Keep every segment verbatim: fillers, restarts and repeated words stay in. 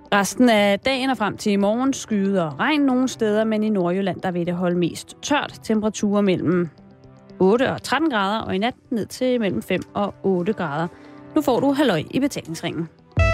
Resten af dagen og frem til i morgen skyder og regn nogle steder, men i Nordjylland der vil det holde mest tørt. Temperaturer mellem otte og tretten grader, og i nat ned til mellem fem og otte grader. Nu får du halløj i betalingsringen.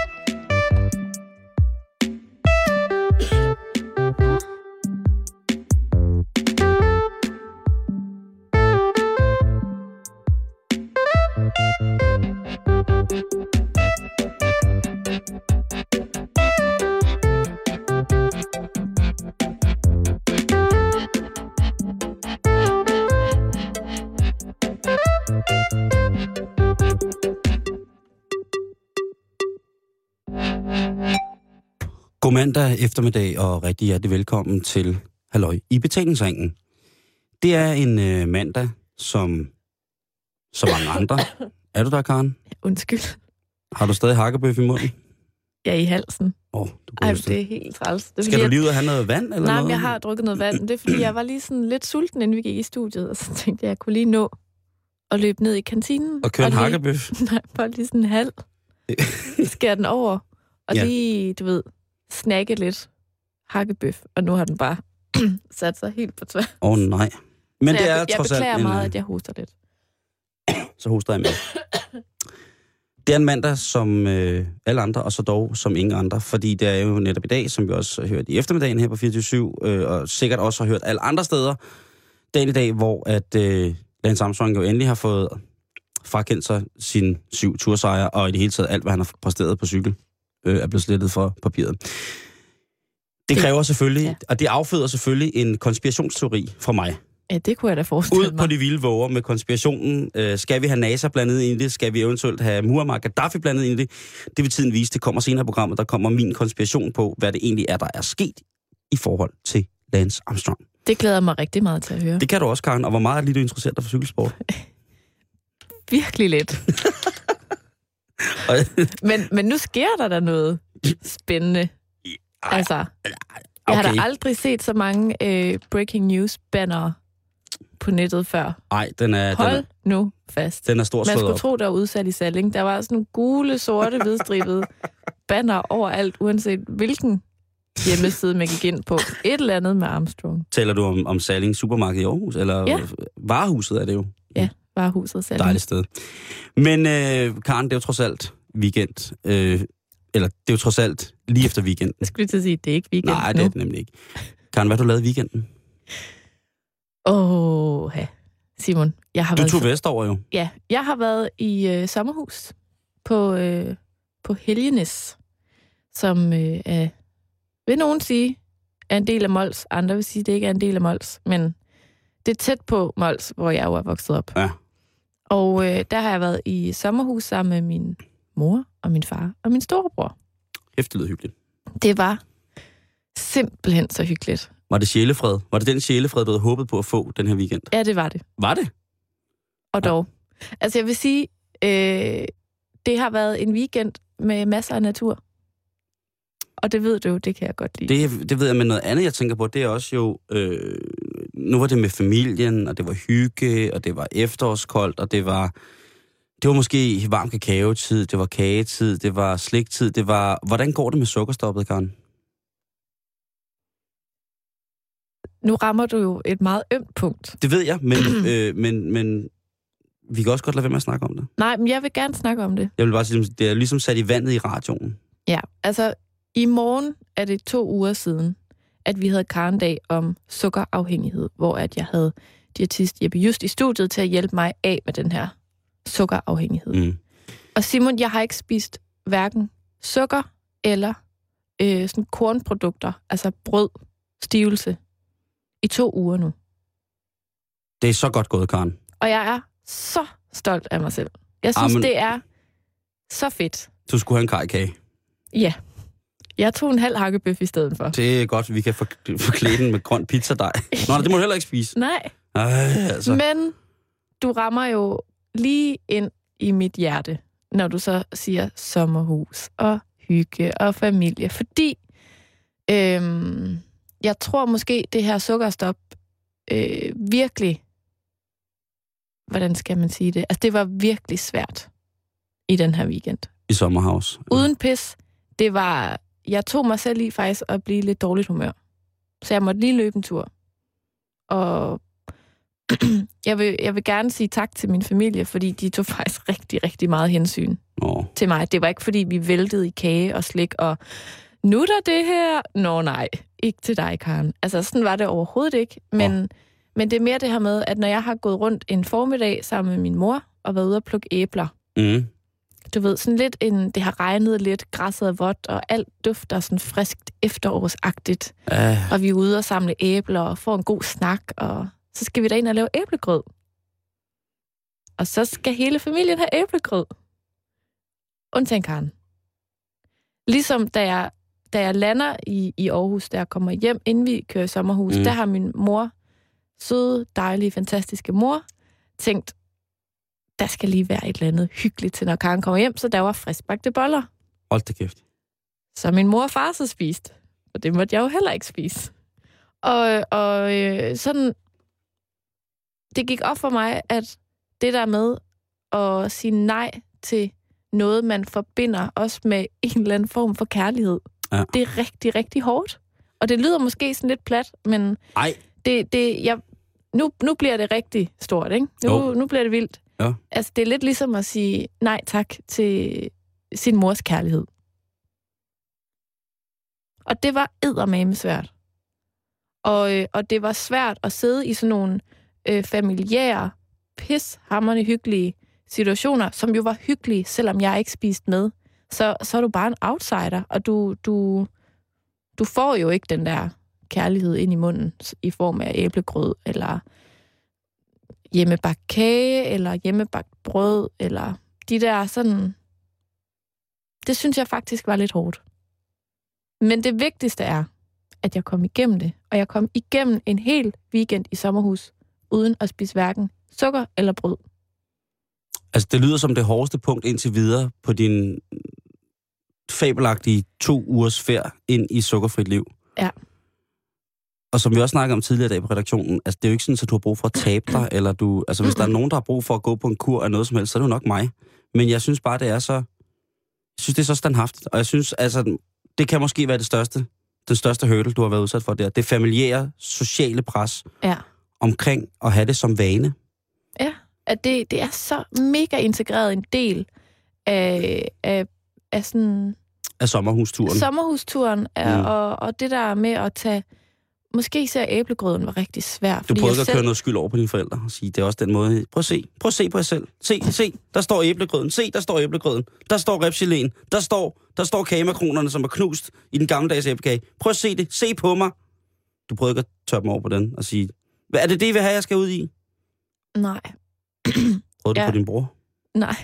God mandag eftermiddag og rigtig hjertelig velkommen til halløj i betalingsringen. Det er en øh, mandag, som så mange andre. Er du der, Karen? Undskyld. Har du stadig hakkebøf i munden? Ja, i halsen. Åh, oh, du Ej, det er helt træls. Det er, Skal du jeg... lige ud og have noget vand? Eller Nej, noget? men jeg har drukket noget vand. Det er, fordi jeg var lige sådan lidt sulten, inden vi gik i studiet, og så tænkte jeg, at jeg kunne lige nå at løbe ned i kantinen. Og køre en lige... hakkebøf? Nej, bare lige sådan en halv. Skære den over, og ja. lige, du ved, snakke lidt hakkebøf. Og nu har den bare sat sig helt på tværs. Åh oh, nej. Men så det jeg, er jeg trods alt beklager en, meget, at jeg hoster lidt. Så hoster jeg med. Det er en mandag som øh, alle andre, og så dog som ingen andre, fordi det er jo netop i dag, som vi også har hørt i eftermiddagen her på fireogtyve syv, øh, og sikkert også har hørt alle andre steder, dagen i dag, hvor at øh, Lance Armstrong jo endelig har fået frakendt sig sine syv tursejre, og i det hele taget alt, hvad han har præsteret på cykel, øh, er blevet slettet for papiret. Det kræver selvfølgelig, ja. og det afføder selvfølgelig en konspirationsteori fra mig. Ja, det kunne jeg da forestille Ud mig. På de vilde våger med konspirationen. Øh, skal vi have NASA blandet ind i det? Skal vi eventuelt have Muammar Gaddafi blandet ind i det? Det vil tiden vise. Det kommer senere i programmet. Der kommer min konspiration på, hvad det egentlig er, der er sket i forhold til Lance Armstrong. Det glæder mig rigtig meget til at høre. Det kan du også, Karen. Og hvor meget er lige du interesseret dig for cykelsport? Virkelig lidt. men, men nu sker der da noget spændende. Altså, jeg okay. har da aldrig set så mange øh, breaking news bannere på nettet før. Nej, den er... Hold den er, nu fast. Den er stor. Man skulle op. tro, der var udsat i Salling. Der var sådan nogle gule, sorte, hvidstribede banner overalt, uanset hvilken hjemmeside man gik ind på. Et eller andet med Armstrong. Taler du om, om Salling Supermarked i Aarhus? Eller ja. Varehuset er det jo? Ja, Varehuset Salling. Dejligt sted. Men øh, Karen, det er jo trods alt weekend. Øh, eller det er jo trods alt lige efter weekenden. Jeg skulle lige til at sige, det er ikke weekend Nej, nu. det er det nemlig ikke. Karen, hvad har du lavet i weekenden? Åh, oh, Simon. Jeg har du været tog vestover jo. Ja, jeg har været i øh, sommerhus på, øh, på Helgenæs, som øh, er, vil nogen sige, er en del af Mols. Andre vil sige, at det ikke er en del af Mols, men det er tæt på Mols, hvor jeg jo er vokset op. Ja. Og øh, der har jeg været i sommerhus sammen med min mor og min far og min storebror. Hæftigt lyder hyggeligt. Det var simpelthen så hyggeligt. Var det sjælefred? Var det den sjælefred, du havde håbet på at få den her weekend? Ja, det var det. Var det? Og dog. Ja. Altså, jeg vil sige, øh, det har været en weekend med masser af natur. Og det ved du jo, det kan jeg godt lide. Det, det ved jeg, men noget andet, jeg tænker på, det er også jo... Øh, nu var det med familien, og det var hygge, og det var efterårskoldt, og det var... Det var måske varm kakaotid, det var kagetid, det var sliktid, det var... Hvordan går det med sukkerstoppet, Karen? Nu rammer du jo et meget ømt punkt. Det ved jeg, men, øh, men, men vi kan også godt lade være med at snakke om det. Nej, men jeg vil gerne snakke om det. Jeg vil bare sige, det er ligesom sat i vandet i radioen. Ja, altså i morgen er det to uger siden, at vi havde Karendag om sukkerafhængighed, hvor at jeg havde diætist Jeppe Just i studiet til at hjælpe mig af med den her sukkerafhængighed. Mm. Og Simon, jeg har ikke spist hverken sukker eller øh, sådan kornprodukter, altså brød, stivelse, i to uger nu. Det er så godt gået, Karen. Og jeg er så stolt af mig selv. Jeg synes, Amen. det er så fedt. Du skulle have en kajkage. Ja. Jeg tog en halv hakkebøf i stedet for. Det er godt, vi kan forklæde den med grøn pizzadej. Nå, det må du heller ikke spise. Nej. Ej, altså. Men du rammer jo lige ind i mit hjerte, når du så siger sommerhus og hygge og familie. Fordi øhm, jeg tror måske, det her sukkerstop øh, virkelig, hvordan skal man sige det? Altså, det var virkelig svært i den her weekend. I Sommerhouse. Uden pis. Det var jeg tog mig selv i faktisk at blive lidt dårligt humør. Så jeg måtte lige løbe en tur. Og jeg, vil, jeg vil gerne sige tak til min familie, fordi de tog faktisk rigtig, rigtig meget hensyn oh. til mig. Det var ikke, fordi vi væltede i kage og slik, og nu er der det her. Nå nej, ikke til dig, Karen. Altså, sådan var det overhovedet ikke. Men, oh. men det er mere det her med, at når jeg har gået rundt en formiddag sammen med min mor, og været ude at plukke æbler, mm. du ved, sådan lidt en, det har regnet lidt, græsset er vådt, og alt dufter sådan friskt efterårsagtigt. Uh. Og vi er ude og samle æbler, og får en god snak, og så skal vi da ind og lave æblegrød. Og så skal hele familien have æblegrød. Undtagen Karen. Ligesom da jeg, da jeg lander i, i Aarhus, da jeg kommer hjem, inden vi kører i sommerhus, mm. der har min mor, søde, dejlige, fantastiske mor, tænkt, der skal lige være et eller andet hyggeligt til, når Karen kommer hjem, så der var friskbagte boller. Hold da kæft. Så min mor og far så spist. Og det måtte jeg jo heller ikke spise. Og, og øh, sådan, det gik op for mig, at det der med at sige nej til noget, man forbinder også med en eller anden form for kærlighed, ja. Det er rigtig, rigtig hårdt. Og det lyder måske sådan lidt plat, men Ej. Det, det, jeg, nu, nu bliver det rigtig stort, ikke? Nu, oh. nu bliver det vildt. Ja. Altså, det er lidt ligesom at sige nej tak til sin mors kærlighed. Og det var eddermame svært. Og, øh, og det var svært at sidde i sådan nogle øh, familiære, pishamrende hyggelige situationer, som jo var hyggelige, selvom jeg ikke spiste med. Så, så er du bare en outsider, og du, du, du får jo ikke den der kærlighed ind i munden i form af æblegrød, eller hjemmebagt kage, eller hjemmebagt brød, eller de der sådan... Det synes jeg faktisk var lidt hårdt. Men det vigtigste er, at jeg kom igennem det, og jeg kom igennem en hel weekend i sommerhus, uden at spise hverken sukker eller brød. Altså, det lyder som det hårdeste punkt indtil videre på din fabelagtige to ugers færd ind i sukkerfrit liv. Ja. Og som vi også snakkede om tidligere i dag på redaktionen, altså det er jo ikke sådan, at du har brug for at tabe dig, eller du, altså hvis der er nogen, der har brug for at gå på en kur af noget som helst, så er det jo nok mig. Men jeg synes bare, det er så, jeg synes, det er så standhaftigt, og jeg synes, altså, det kan måske være det største, den største hurdle, du har været udsat for der. Det familiære, sociale pres ja. Omkring at have det som vane. Ja, at det, det er så mega integreret en del af, af, af sådan... Af sommerhusturen. Sommerhusturen, er, mm. og, og det der med at tage... Måske især æblegrøden var rigtig svært. Du prøvede at selv... køre noget skyld over på dine forældre og sige, det er også den måde. Prøv at se, prøv at se på jer selv. Se, se, der står æblegrøden. Se, der står æblegrøden. Der står ribsgeléen. Der står, der står kagemakronerne, som er knust i den gammeldags æblekage. Prøv at se det. Se på mig. Du prøvede ikke at tørre dem over på den og sige, hvad er det det, I vil have, jeg skal ud i? Nej. Prøvede ja. du på din bror? Nej.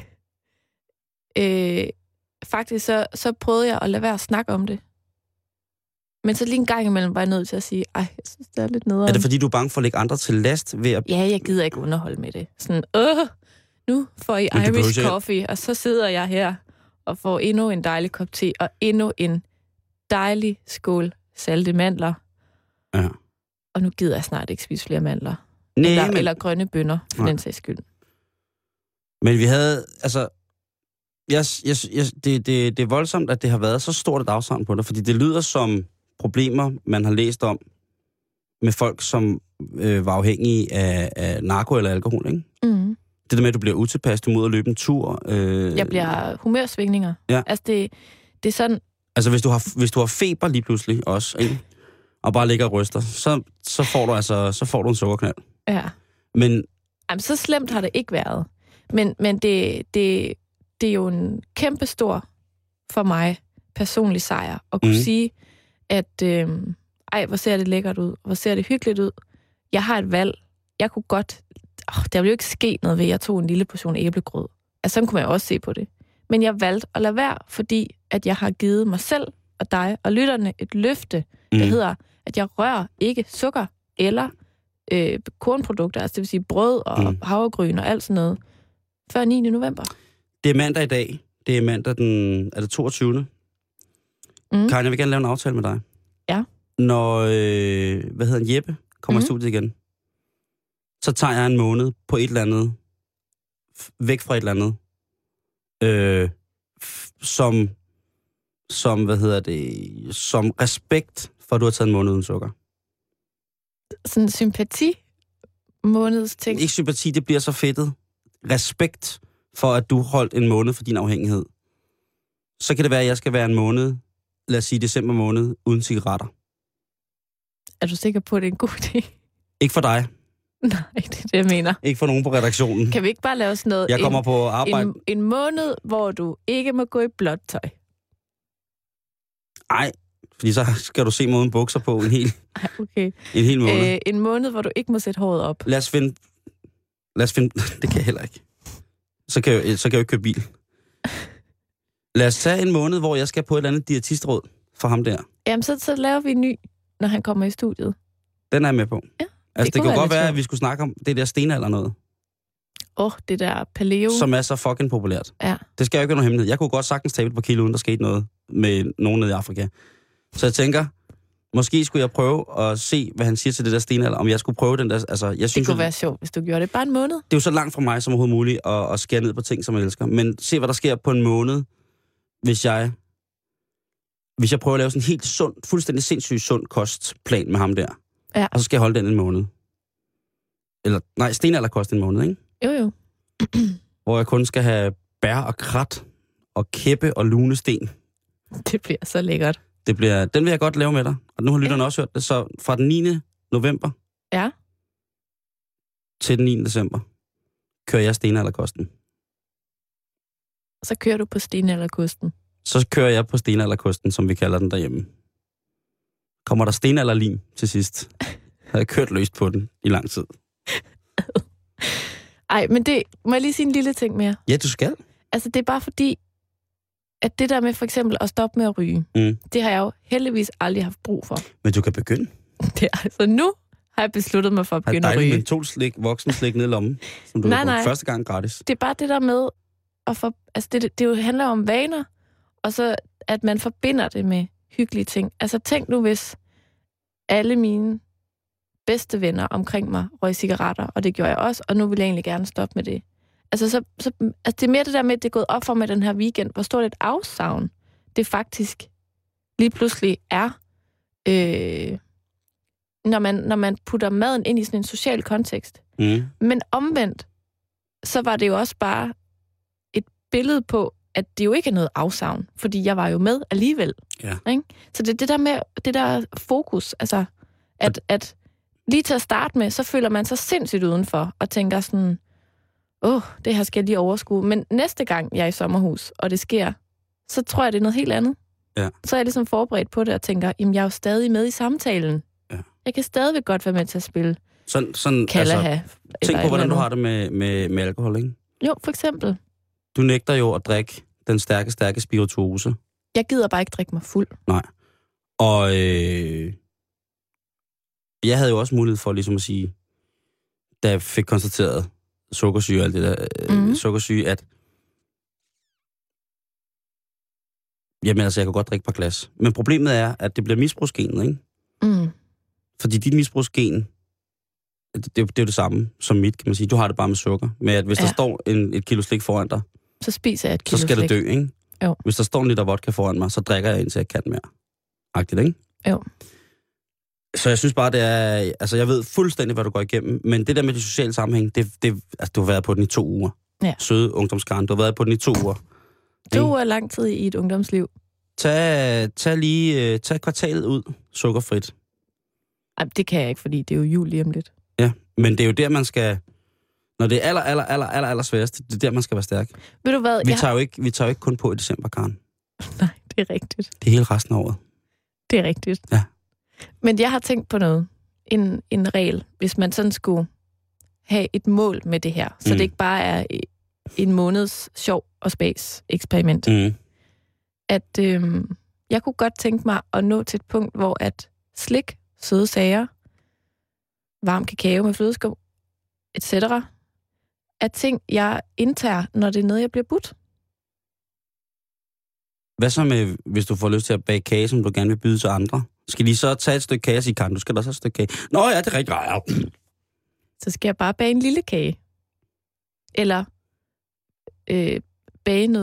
Øh, faktisk så, så prøvede jeg at lade være at snakke om det. Men så lige en gang imellem var jeg nødt til at sige, ej, jeg synes, det er lidt nederen. Er det fordi, du er bange for at lægge andre til last ved at... Ja, jeg gider ikke underholde med det. Sådan, åh, nu får I Irish coffee, og så sidder jeg her og får endnu en dejlig kop te, og endnu en dejlig skål salte mandler. Ja. Og nu gider jeg snart ikke spise flere mandler. Nej, eller, men... eller grønne bønner, for Nej. Den sags skyld. Men vi havde, altså... Jeg, jeg, jeg, det, det, det er voldsomt, at det har været så stort et afsavn på dig, fordi det lyder som problemer, man har læst om med folk, som øh, var afhængige af, af narko eller alkohol, ikke? Mm. Det der med, at du bliver utilpas, du må ud og løbe en tur. Øh... Jeg bliver humørsvingninger. Ja. Altså, det, det er sådan... Altså, hvis du har, hvis du har feber lige pludselig også, ikke? Og bare ligger og ryster, så, så, får du altså, så får du en sukkerknald. Ja. Men... Jamen, så slemt har det ikke været. Men, men det, det, det er jo en kæmpe stor for mig personlig sejr at kunne mm. sige, at øh, ej, hvor ser det lækkert ud, hvor ser det hyggeligt ud. Jeg har et valg. Jeg kunne godt... Oh, der ville jo ikke ske noget ved, at jeg tog en lille portion æblegrød. Altså, sådan kunne man jo også se på det. Men jeg valgte at lade være, fordi at jeg har givet mig selv og dig og lytterne et løfte, mm. der hedder, at jeg rører ikke sukker eller øh, kornprodukter, altså det vil sige brød og mm. havregryn og alt sådan noget, før niende november. Det er mandag i dag. Det er mandag den... Er det toogtyvende? Mm. Karin, jeg vil gerne lave en aftale med dig. Ja. Når, øh, hvad hedder han, Jeppe, kommer mm. i studiet igen, så tager jeg en måned på et eller andet, væk fra et eller andet, øh, f- som, som, hvad hedder det, som respekt for, at du har taget en måned uden sukker. Sådan en sympati månedsting. Ikke sympati, det bliver så fedtet. Respekt for, at du holdt en måned for din afhængighed. Så kan det være, at jeg skal være en måned, lad os sige december måned, uden cigaretter. Er du sikker på, at det er en god idé? Ikke for dig. Nej, det er det, jeg mener. Ikke for nogen på redaktionen. Kan vi ikke bare lave sådan noget? Jeg kommer en, på arbejde. En, en måned, hvor du ikke må gå i blåt tøj. Nej, fordi så skal du se mig uden bukser på en hel, Ej, okay. en hel måned. Øh, en måned, hvor du ikke må sætte håret op. Lad os finde... Lad os finde... Det kan jeg heller ikke. Så kan jeg, så kan jeg jo ikke køre bil. Lad os tage en måned, hvor jeg skal på et eller andet diætistråd for ham der. Jamen, så, så laver vi en ny, når han kommer i studiet. Den er jeg med på. Ja, altså, det, det kunne være godt være, sjovt. at vi skulle snakke om det der stenalder noget. Åh, oh, det der paleo. Som er så fucking populært. Ja. Det skal jo ikke være nogen hemmelighed. Jeg kunne godt sagtens tabe et par kilo, uden der skete noget med nogen nede i Afrika. Så jeg tænker, måske skulle jeg prøve at se, hvad han siger til det der stenalder, om jeg skulle prøve den der... Altså, jeg synes, det kunne jo, være sjovt, hvis du gjorde det bare en måned. det er jo så langt fra mig som overhovedet muligt at, at skære ned på ting, som jeg elsker. Men se, hvad der sker på en måned, hvis jeg... Hvis jeg prøver at lave sådan en helt sund, fuldstændig sindssygt sund kostplan med ham der. Ja. Og så skal jeg holde den en måned. Eller, nej, stenalderkost en måned, ikke? Jo, jo. Hvor jeg kun skal have bær og krat og kæppe og lunesten. Det bliver så lækkert. Det bliver, den vil jeg godt lave med dig. Og nu har lytterne ja. også hørt det. Så fra den niende november Ja. til den niende december kører jeg stenalderkosten. Så kører du på stenalderkosten. Så kører jeg på stenalderkosten, som vi kalder den derhjemme. Kommer der stenalderlim til sidst. Jeg har kørt løst på den i lang tid. Ej, men det må jeg lige sige en lille ting mere. Ja, du skal. Altså, det er bare fordi, at det der med for eksempel at stoppe med at ryge, Mm. det har jeg jo heldigvis aldrig haft brug for. Men du kan begynde. Det er, altså nu har jeg besluttet mig for at Har begynde at dejligt ryge. mentolslik, voksenslik ned i lommen, som du Nej, har brugt nej. første gang gratis. Det er bare det der med at få... Altså, det, det jo handler om vaner, og så at man forbinder det med hyggelige ting. Altså, tænk nu, hvis alle mine bedste venner omkring mig røg cigaretter, og det gjorde jeg også, og nu vil jeg egentlig gerne stoppe med det. Altså, så, så, altså det er mere det der med, at det er gået op for mig den her weekend, hvor stort et afsavn det faktisk lige pludselig er, øh, når, man, når man putter maden ind i sådan en social kontekst. Mm. Men omvendt, så var det jo også bare et billede på, at det jo ikke er noget afsavn, fordi jeg var jo med alligevel. Ja. Ikke? Så det er det der med, det der fokus, altså, at, at lige til at starte med, så føler man sig sindssygt udenfor, og tænker sådan, åh, oh, det her skal jeg lige overskue. Men næste gang jeg er i sommerhus, og det sker, så tror jeg, det er noget helt andet. Ja. Så er jeg ligesom forberedt på det, og tænker, jamen, jeg er jo stadig med i samtalen. Ja. Jeg kan stadigvæk godt være med til at spille Sådan, sådan, Kalaha. altså, tænk på, hvordan du har det med, med, med alkohol, ikke? Jo, for eksempel. Du nægter jo at drikke den stærke, stærke spirituose. Jeg gider bare ikke drikke mig fuld. Nej. Og øh, jeg havde jo også mulighed for ligesom at sige, da jeg fik konstateret sukkersyge og alt det der, Mhm. øh, sukkersyge, at jamen altså, jeg kan godt drikke et par glas. Men problemet er, at det bliver misbrugsgenet, ikke? Mm. Fordi dit misbrugsgen, det, det, det er jo det samme som mit, kan man sige. Du har det bare med sukker. Men at hvis ja. Ja. der står en, et kilo slik foran dig, Så spiser jeg et kilo så skal slik. det dø, ikke? Jo. Hvis der står en liter vodka foran mig, så drikker jeg indtil jeg kan mere. Agtigt, ikke? Jo. Så jeg synes bare, det er... Altså, jeg ved fuldstændig, hvad du går igennem, men det der med de sociale sammenhæng, det, det, altså, du har været på den i to uger. Ja. Søde ungdomskaren, du har været på den i to uger. To er lang tid i et ungdomsliv. Tag, tag lige... uh, tag kvartalet ud, sukkerfrit. Ej, det kan jeg ikke, fordi det er jo jul lige om lidt. Ja, men det er jo der, man skal... Når det er aller, aller, aller, aller, aller sværest, det er der, man skal være stærk. Ved du hvad? Vi Jeg... tager jo ikke, vi tager jo ikke kun på i december, Karen. Nej, det er rigtigt. Det er hele resten af året. Det er rigtigt. Ja. Men jeg har tænkt på noget. En, en regel, hvis man sådan skulle have et mål med det her, så Mm. det ikke bare er en måneds sjov og spas eksperiment. Mm. At øhm, jeg kunne godt tænke mig at nå til et punkt, hvor at slik, søde sager, varm kakao med flødeskum, et cetera er ting, jeg indtager, når det er noget, jeg bliver budt. Hvad så med, hvis du får lyst til at bage kage, som du gerne vil byde til andre? Skal de så tage et stykke kage og sige, Karen, du skal da så et stykke kage? Nå ja, det er rigtigt. Ja. Så skal jeg bare bage en lille kage. Eller øh, bage noget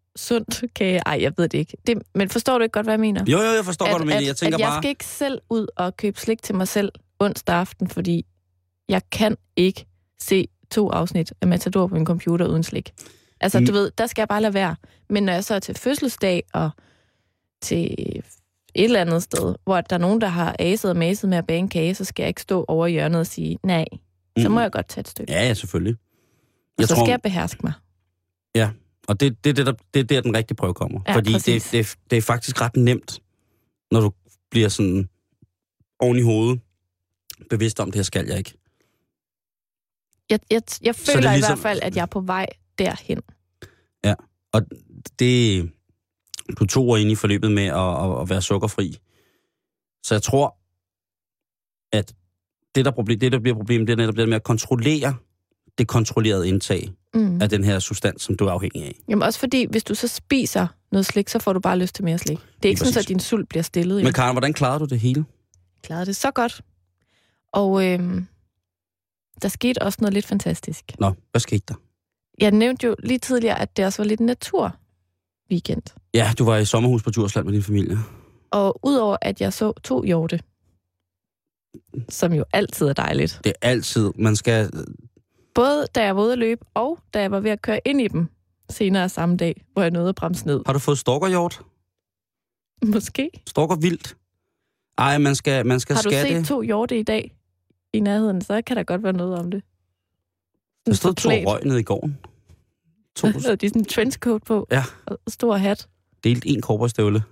sundt kage. Ej, jeg ved det ikke. Det, men forstår du ikke godt, hvad jeg mener? Jo, jo, jeg forstår at, godt, hvad du mener. At, jeg tænker at jeg bare... skal ikke selv ud og købe slik til mig selv onsdag aften, fordi jeg kan ikke se to afsnit af Matador på min computer uden slik. Altså, mm. du ved, der skal jeg bare lade være. Men når jeg så er til fødselsdag og til et eller andet sted, hvor der er nogen, der har aset og maset med at bage en kage, så skal jeg ikke stå over hjørnet og sige, nej, så må mm. jeg godt tage et stykke. Ja, ja, selvfølgelig. Jeg og så tror... skal jeg beherske mig. Ja, og det, det, det, der, det er der, den rigtige prøve kommer. Ja, fordi det, det, det er faktisk ret nemt, når du bliver sådan oven i hovedet, bevidst om, det her skal jeg ikke. Jeg, jeg, jeg føler ligesom... i hvert fald, at jeg er på vej derhen. Ja, og det... Du er to år inde i forløbet med at, at, at være sukkerfri. Så jeg tror, at det, der, problem, det, der bliver problemet, det er netop det med at kontrollere det kontrollerede indtag mm. af den her substans, som du er afhængig af. Jamen også fordi, hvis du så spiser noget slik, så får du bare lyst til mere slik. Det er ikke sådan, at din sult bliver stillet. Jo. Men Karen, hvordan klarede du det hele? Jeg klarede det så godt. Og øhm, der skete også noget lidt fantastisk. Nå, hvad skete der? Jeg nævnte jo lige tidligere, at det også var lidt en naturweekend. Ja, du var i sommerhus på Djursland med din familie. Og udover at jeg så to hjorte, som jo altid er dejligt. Det er altid, man skal... Både da jeg var ude at løbe, og da jeg var ved at køre ind i dem senere samme dag, hvor jeg nåede at bremse ned. Har du fået stalkerhjort? Måske. Stalker vildt? Ej, man skal, man skal Har du skatte... set to hjorte i dag i nærheden, så kan der godt være noget om det. Der stod to røg nede i gården. To... De sådan en trenchcoat på, ja. Og stor hat. Delt en cowboystøvle.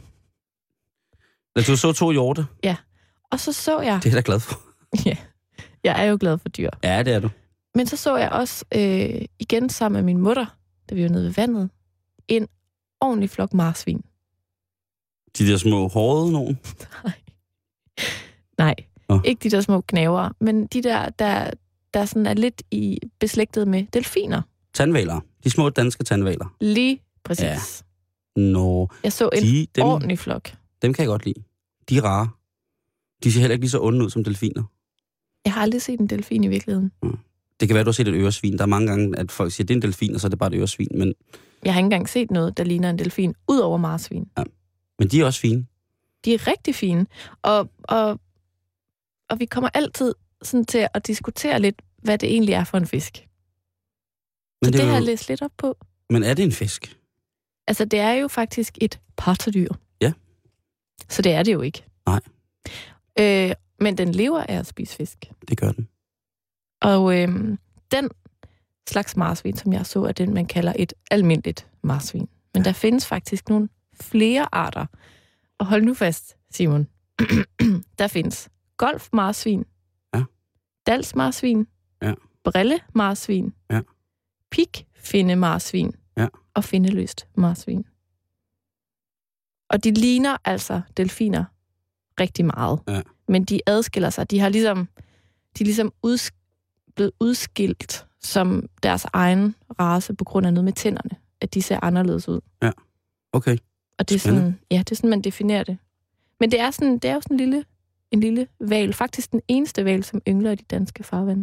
Du så to hjorte? Ja, og så så jeg... Det er jeg da glad for. Ja, jeg er jo glad for dyr. Ja, det er du. Men så så jeg også øh, igen sammen med min mutter, da vi var nede ved vandet, en ordentlig flok marsvin. De der små hårede nogen? Nej. Nej, oh. ikke de der små knæver, men de der, der, der sådan er lidt i beslægtet med delfiner. Tandhvaler. De små danske tandhvaler. Lige præcis. Ja. Nå. Jeg så en de, dem, ordentlig flok. Dem kan jeg godt lide. De er rare. De ser heller ikke lige så onde ud som delfiner. Jeg har aldrig set en delfin i virkeligheden. Ja. Det kan være, du har set et øresvin. Der er mange gange, at folk siger, at det er en delfin, og så er det bare et øresvin. Men... Jeg har ikke engang set noget, der ligner en delfin, ud over marsvin. Ja. Men de er også fine. De er rigtig fine. Og, og, og vi kommer altid sådan til at diskutere lidt, hvad det egentlig er for en fisk. Men så det, det har jeg læst lidt op på. Men er det en fisk? Altså, det er jo faktisk et pattedyr. Ja. Så det er det jo ikke. Nej. Øh, men den lever af at spise fisk. Det gør den. Og øh, den slags marsvin, som jeg så, er den, man kalder et almindeligt marsvin. Men ja. Der findes faktisk nogle flere arter. Og hold nu fast, Simon. Der findes golfmarsvin, ja. dalsmarsvin, ja. brillemarsvin, ja. pigfindemarsvin ja. og findeløst marsvin. Og de ligner altså delfiner rigtig meget. Ja. Men de adskiller sig. De har ligesom, de er ligesom udsk- blevet udskilt som deres egen race på grund af noget med tænderne. At de ser anderledes ud. Ja, okay. Og det er sådan, ja, det er sådan, man definerer det. Men det er, sådan, det er jo sådan en lille, en lille hval. Faktisk den eneste hval, som yngler i de danske farvande.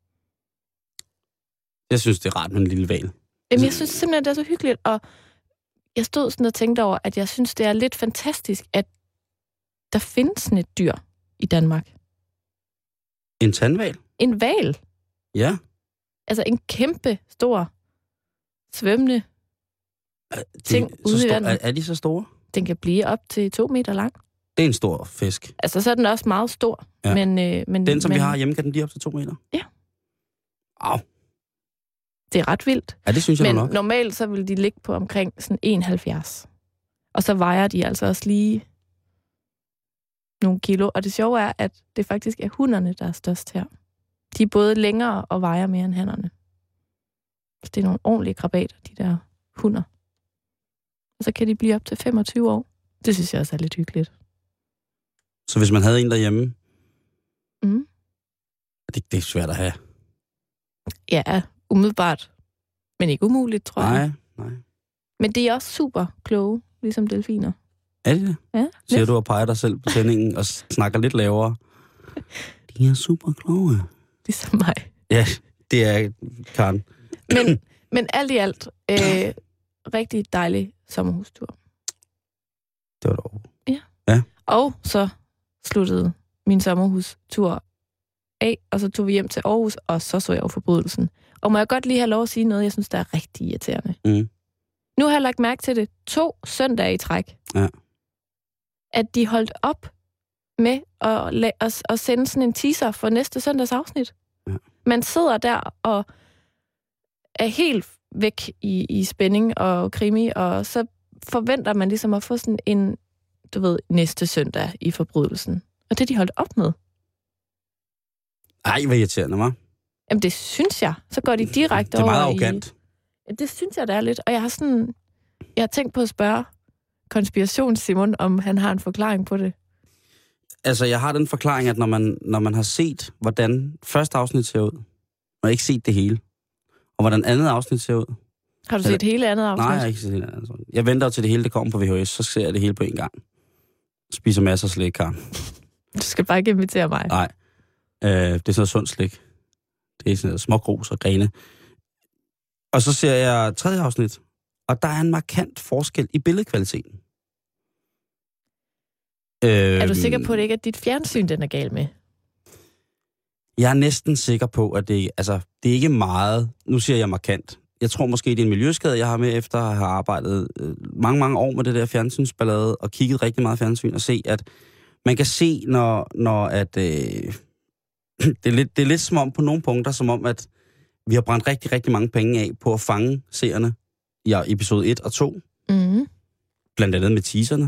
Jeg synes, det er rart med en lille hval. Jamen, jeg synes simpelthen, det er så hyggeligt. Og jeg stod sådan og tænkte over, at jeg synes, det er lidt fantastisk, at der findes sådan et dyr i Danmark. En tandhval? En hval. Ja. Altså en kæmpe, stor, svømmende det, ting ude i vandet. Er, er de så store? Den kan blive op til to meter lang. Det er en stor fisk. Altså, så er den også meget stor. Ja. Men, øh, men, den, som men, vi har hjemme, kan den blive op til to meter? Ja. Au. Det er ret vildt. Ja, det synes jeg men nok. Men normalt så vil de ligge på omkring sådan enoghalvfjerds. Og så vejer de altså også lige nogle kilo. Og det sjove er, at det faktisk er hunderne, der er størst her. De er både længere og vejer mere end hannerne. Så det er nogle ordentlige krabater, de der hunder. Og så kan de blive op til femogtyve år. Det synes jeg også er lidt hyggeligt. Så hvis man havde en derhjemme, mm. det, det er svært at have. Ja, umiddelbart. Men ikke umuligt, tror jeg. Nej, nej. Men det er også super kloge, ligesom delfiner. Er det det? Ja. Siger lidt. Du og peger dig selv på tændingen og snakker lidt lavere. De er super kloge. Ligesom mig. Ja, det er Karen. Men, men alt i alt, øh, rigtig dejlig sommerhustur. Det var dog. Ja. Ja. Og så sluttede min sommerhustur af, og så tog vi hjem til Aarhus, og så så jeg jo Forbrydelsen. Og må jeg godt lige have lov at sige noget, jeg synes, der er rigtig irriterende. Mm. Nu har jeg lagt mærke til det to søndage i træk. Ja. At de holdt op med at, la- at, at sende sådan en teaser for næste søndags afsnit. Ja. Man sidder der og er helt væk i, i spænding og krimi, og så forventer man ligesom at få sådan en, du ved, næste søndag i Forbrydelsen. Og det er de holdt op med. Ej, hvor irriterende, hva'? Jamen, det synes jeg. Så går de direkte over i... Det er meget arrogant. Ja, det synes jeg, det er lidt. Og jeg har sådan... Jeg har tænkt på at spørge Konspirations-Simon, om han har en forklaring på det. Altså, jeg har den forklaring, at når man, når man har set, hvordan første afsnit ser ud, og ikke set det hele, og hvordan andet afsnit ser ud... Har du set Eller, hele andet afsnit? Nej, jeg har ikke set hele andet. Jeg venter til det hele, det kommer på V H S, så ser jeg det hele på en gang. Spiser masser af slik, Karen. Du skal bare ikke invitere mig. Nej, øh, det er sådan noget sundt slik. Det er sådan noget smågrus og grene. Og så ser jeg tredje afsnit, og der er en markant forskel i billedkvaliteten. Øh, Er du sikker på, at det ikke er dit fjernsyn, den er gal med? Jeg er næsten sikker på, at det, altså, det er ikke meget... Nu siger jeg markant. Jeg tror måske, det er en miljøskade, jeg har med efter at have arbejdet øh, mange, mange år med det der fjernsynsballade, og kigget rigtig meget fjernsyn, og se, at man kan se, når, når at... Øh, det, er lidt, det er lidt som om på nogle punkter, som om, at vi har brændt rigtig, rigtig mange penge af på at fange seerne i episode et og to. Mm. Blandt andet med teaserne.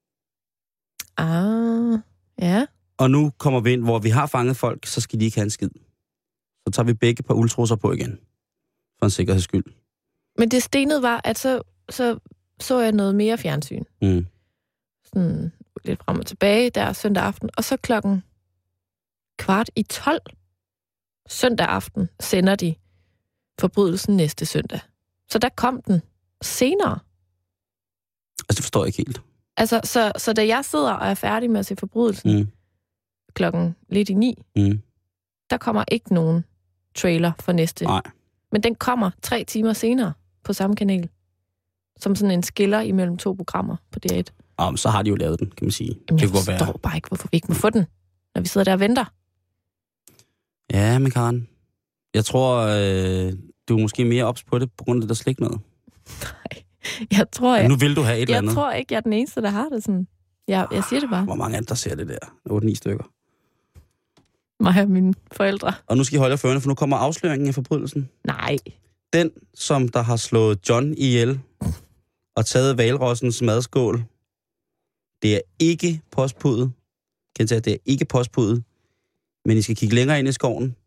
Ah, ja. Og nu kommer vi ind, hvor vi har fanget folk, så skal de ikke have en skid. Så tager vi begge par ultrosser på igen. For en sikkerheds skyld. Men det stenede var, at så så, så jeg noget mere fjernsyn. Mm. Sådan lidt frem og tilbage der søndag aften. Og så klokken kvart i tolv søndag aften sender de Forbrydelsen næste søndag. Så der kom den senere. Altså, det forstår jeg ikke helt. Altså, så, så da jeg sidder og er færdig med at se Forbrydelsen Mm. klokken lidt i ni, Mm. der kommer ikke nogen trailer for næste. Nej. Men den kommer tre timer senere på samme kanal. Som sådan en skiller imellem to programmer på D et. Om, så har de jo lavet den, kan man sige. Jamen, jeg det kunne forstår være. bare ikke, hvorfor vi ikke må få den, når vi sidder der og venter. Ja, men Karen, jeg tror, øh, du er måske mere ops på det, på grund af det der slik noget. Nej, jeg tror, jeg, Ja, nu vil du have et eller jeg andet. tror ikke, jeg er den eneste, der har det sådan. Jeg, jeg siger det bare. Hvor mange andre ser det der? otte ni stykker. Mig og mine forældre. Og nu skal I holde jer førende, for nu kommer afsløringen af Forbrydelsen. Nej. Den, som der har slået John ihjel og taget hvalrossens madskål, det er ikke postpuddet. Kan jeg sige, det er ikke postpuddet. Men I skal kigge længere ind i skoven.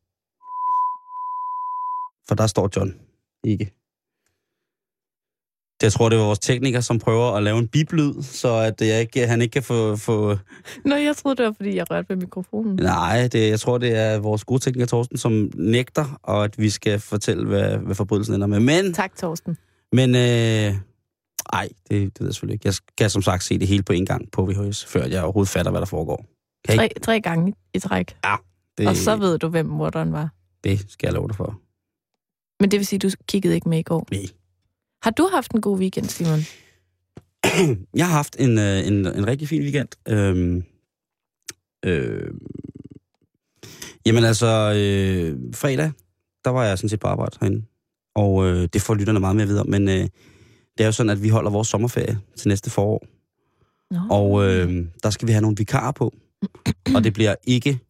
For der står John ikke. Jeg tror, det var vores tekniker, som prøver at lave en biblyd, så at jeg ikke, han ikke kan få... få... Nå, jeg troede, det var, fordi jeg rørte ved mikrofonen. Nej, det, jeg tror, det er vores gode tekniker, Torsten, som nægter, og at vi skal fortælle, hvad, hvad forbrydelsen ender med. Men, Tak, Torsten. men øh, ej, det, det ved jeg selvfølgelig ikke. Jeg skal som sagt se det hele på en gang på V H S, før jeg overhovedet fatter, hvad der foregår. Kan Tre, ikke? tre gange i træk. Ja. Det, Og så ved du, hvem morderen var. Det skal jeg love dig for. Men det vil sige, du kiggede ikke med i går. Nej. Har du haft en god weekend, Simon? Jeg har haft en, øh, en, en rigtig fin weekend. Øhm, øh, jamen altså, øh, fredag, der var jeg sådan set på arbejde herinde. Og øh, det får lytterne meget mere videre. Men øh, det er jo sådan, at vi holder vores sommerferie til næste forår. Nå. Og øh, der skal vi have nogle vikarer på. Og det bliver ikke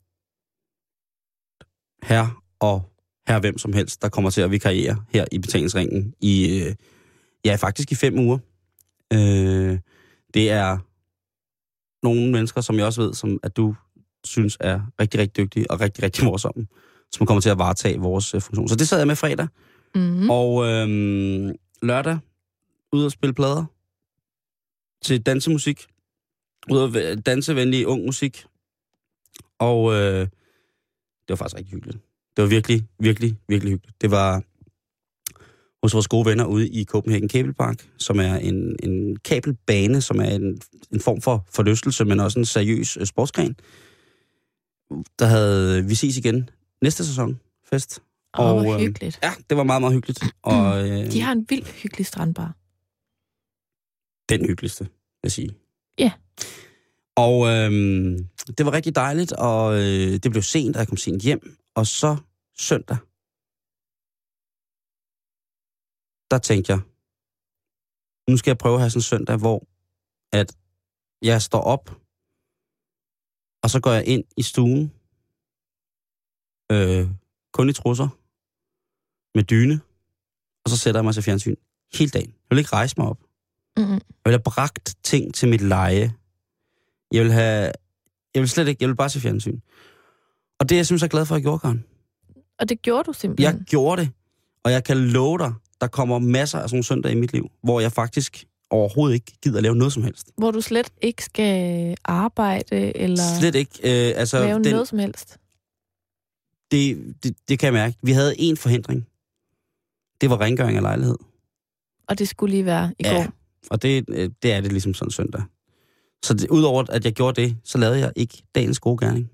her og her hvem som helst, der kommer til at vikariere her i betalingsringen i, øh, ja, faktisk i fem uger. Øh, det er nogle mennesker, som jeg også ved, som at du synes er rigtig, rigtig dygtige og rigtig, rigtig morsomme, som kommer til at varetage vores øh, funktion. Så det sad jeg med fredag. Mm-hmm. Og øh, lørdag, ud og spille plader til dansemusik. Ud at dansevenlig ung musik. Og øh, det var faktisk rigtig hyggeligt. Det var virkelig, virkelig, virkelig hyggeligt. Det var hos vores gode venner ude i Copenhagen Cable Park, som er en, en kabelbane, som er en, en form for forlystelse, men også en seriøs øh, sportsgren. Der havde vi ses igen næste sæson fest. Åh, og hvor øh, hyggeligt. ja, det var meget, meget hyggeligt. Og, øh, De har en vild hyggelig strandbar. den hyggeligste, vil jeg sige. Ja. Og øhm, det var rigtig dejligt, og øh, det blev sent, og jeg kom sent hjem. Og så søndag, der tænkte jeg, nu skal jeg prøve at have sådan en søndag, hvor at jeg står op, og så går jeg ind i stuen, øh, kun i trusser, med dyne, og så sætter jeg mig til fjernsyn hele dagen. Jeg vil ikke rejse mig op. Mm-hmm. Jeg vil have bragt ting til mit leje. Jeg vil have... Jeg vil slet ikke... Jeg vil bare se fjernsyn. Og det, jeg synes, jeg er glad for, at jeg gjorde, Karen. Og det gjorde du simpelthen? Jeg gjorde det. Og jeg kan love dig, der kommer masser af sådan søndag i mit liv, hvor jeg faktisk overhovedet ikke gider lave noget som helst. Hvor du slet ikke skal arbejde, eller slet ikke, øh, altså, lave den, noget som helst? Det, det, det kan jeg mærke. Vi havde én forhindring. Det var rengøring af lejlighed. Og det skulle lige være i ja, går? Og det, det er det ligesom sådan søndag. Så det, udover at jeg gjorde det, så lavede jeg ikke dagens gode gerning.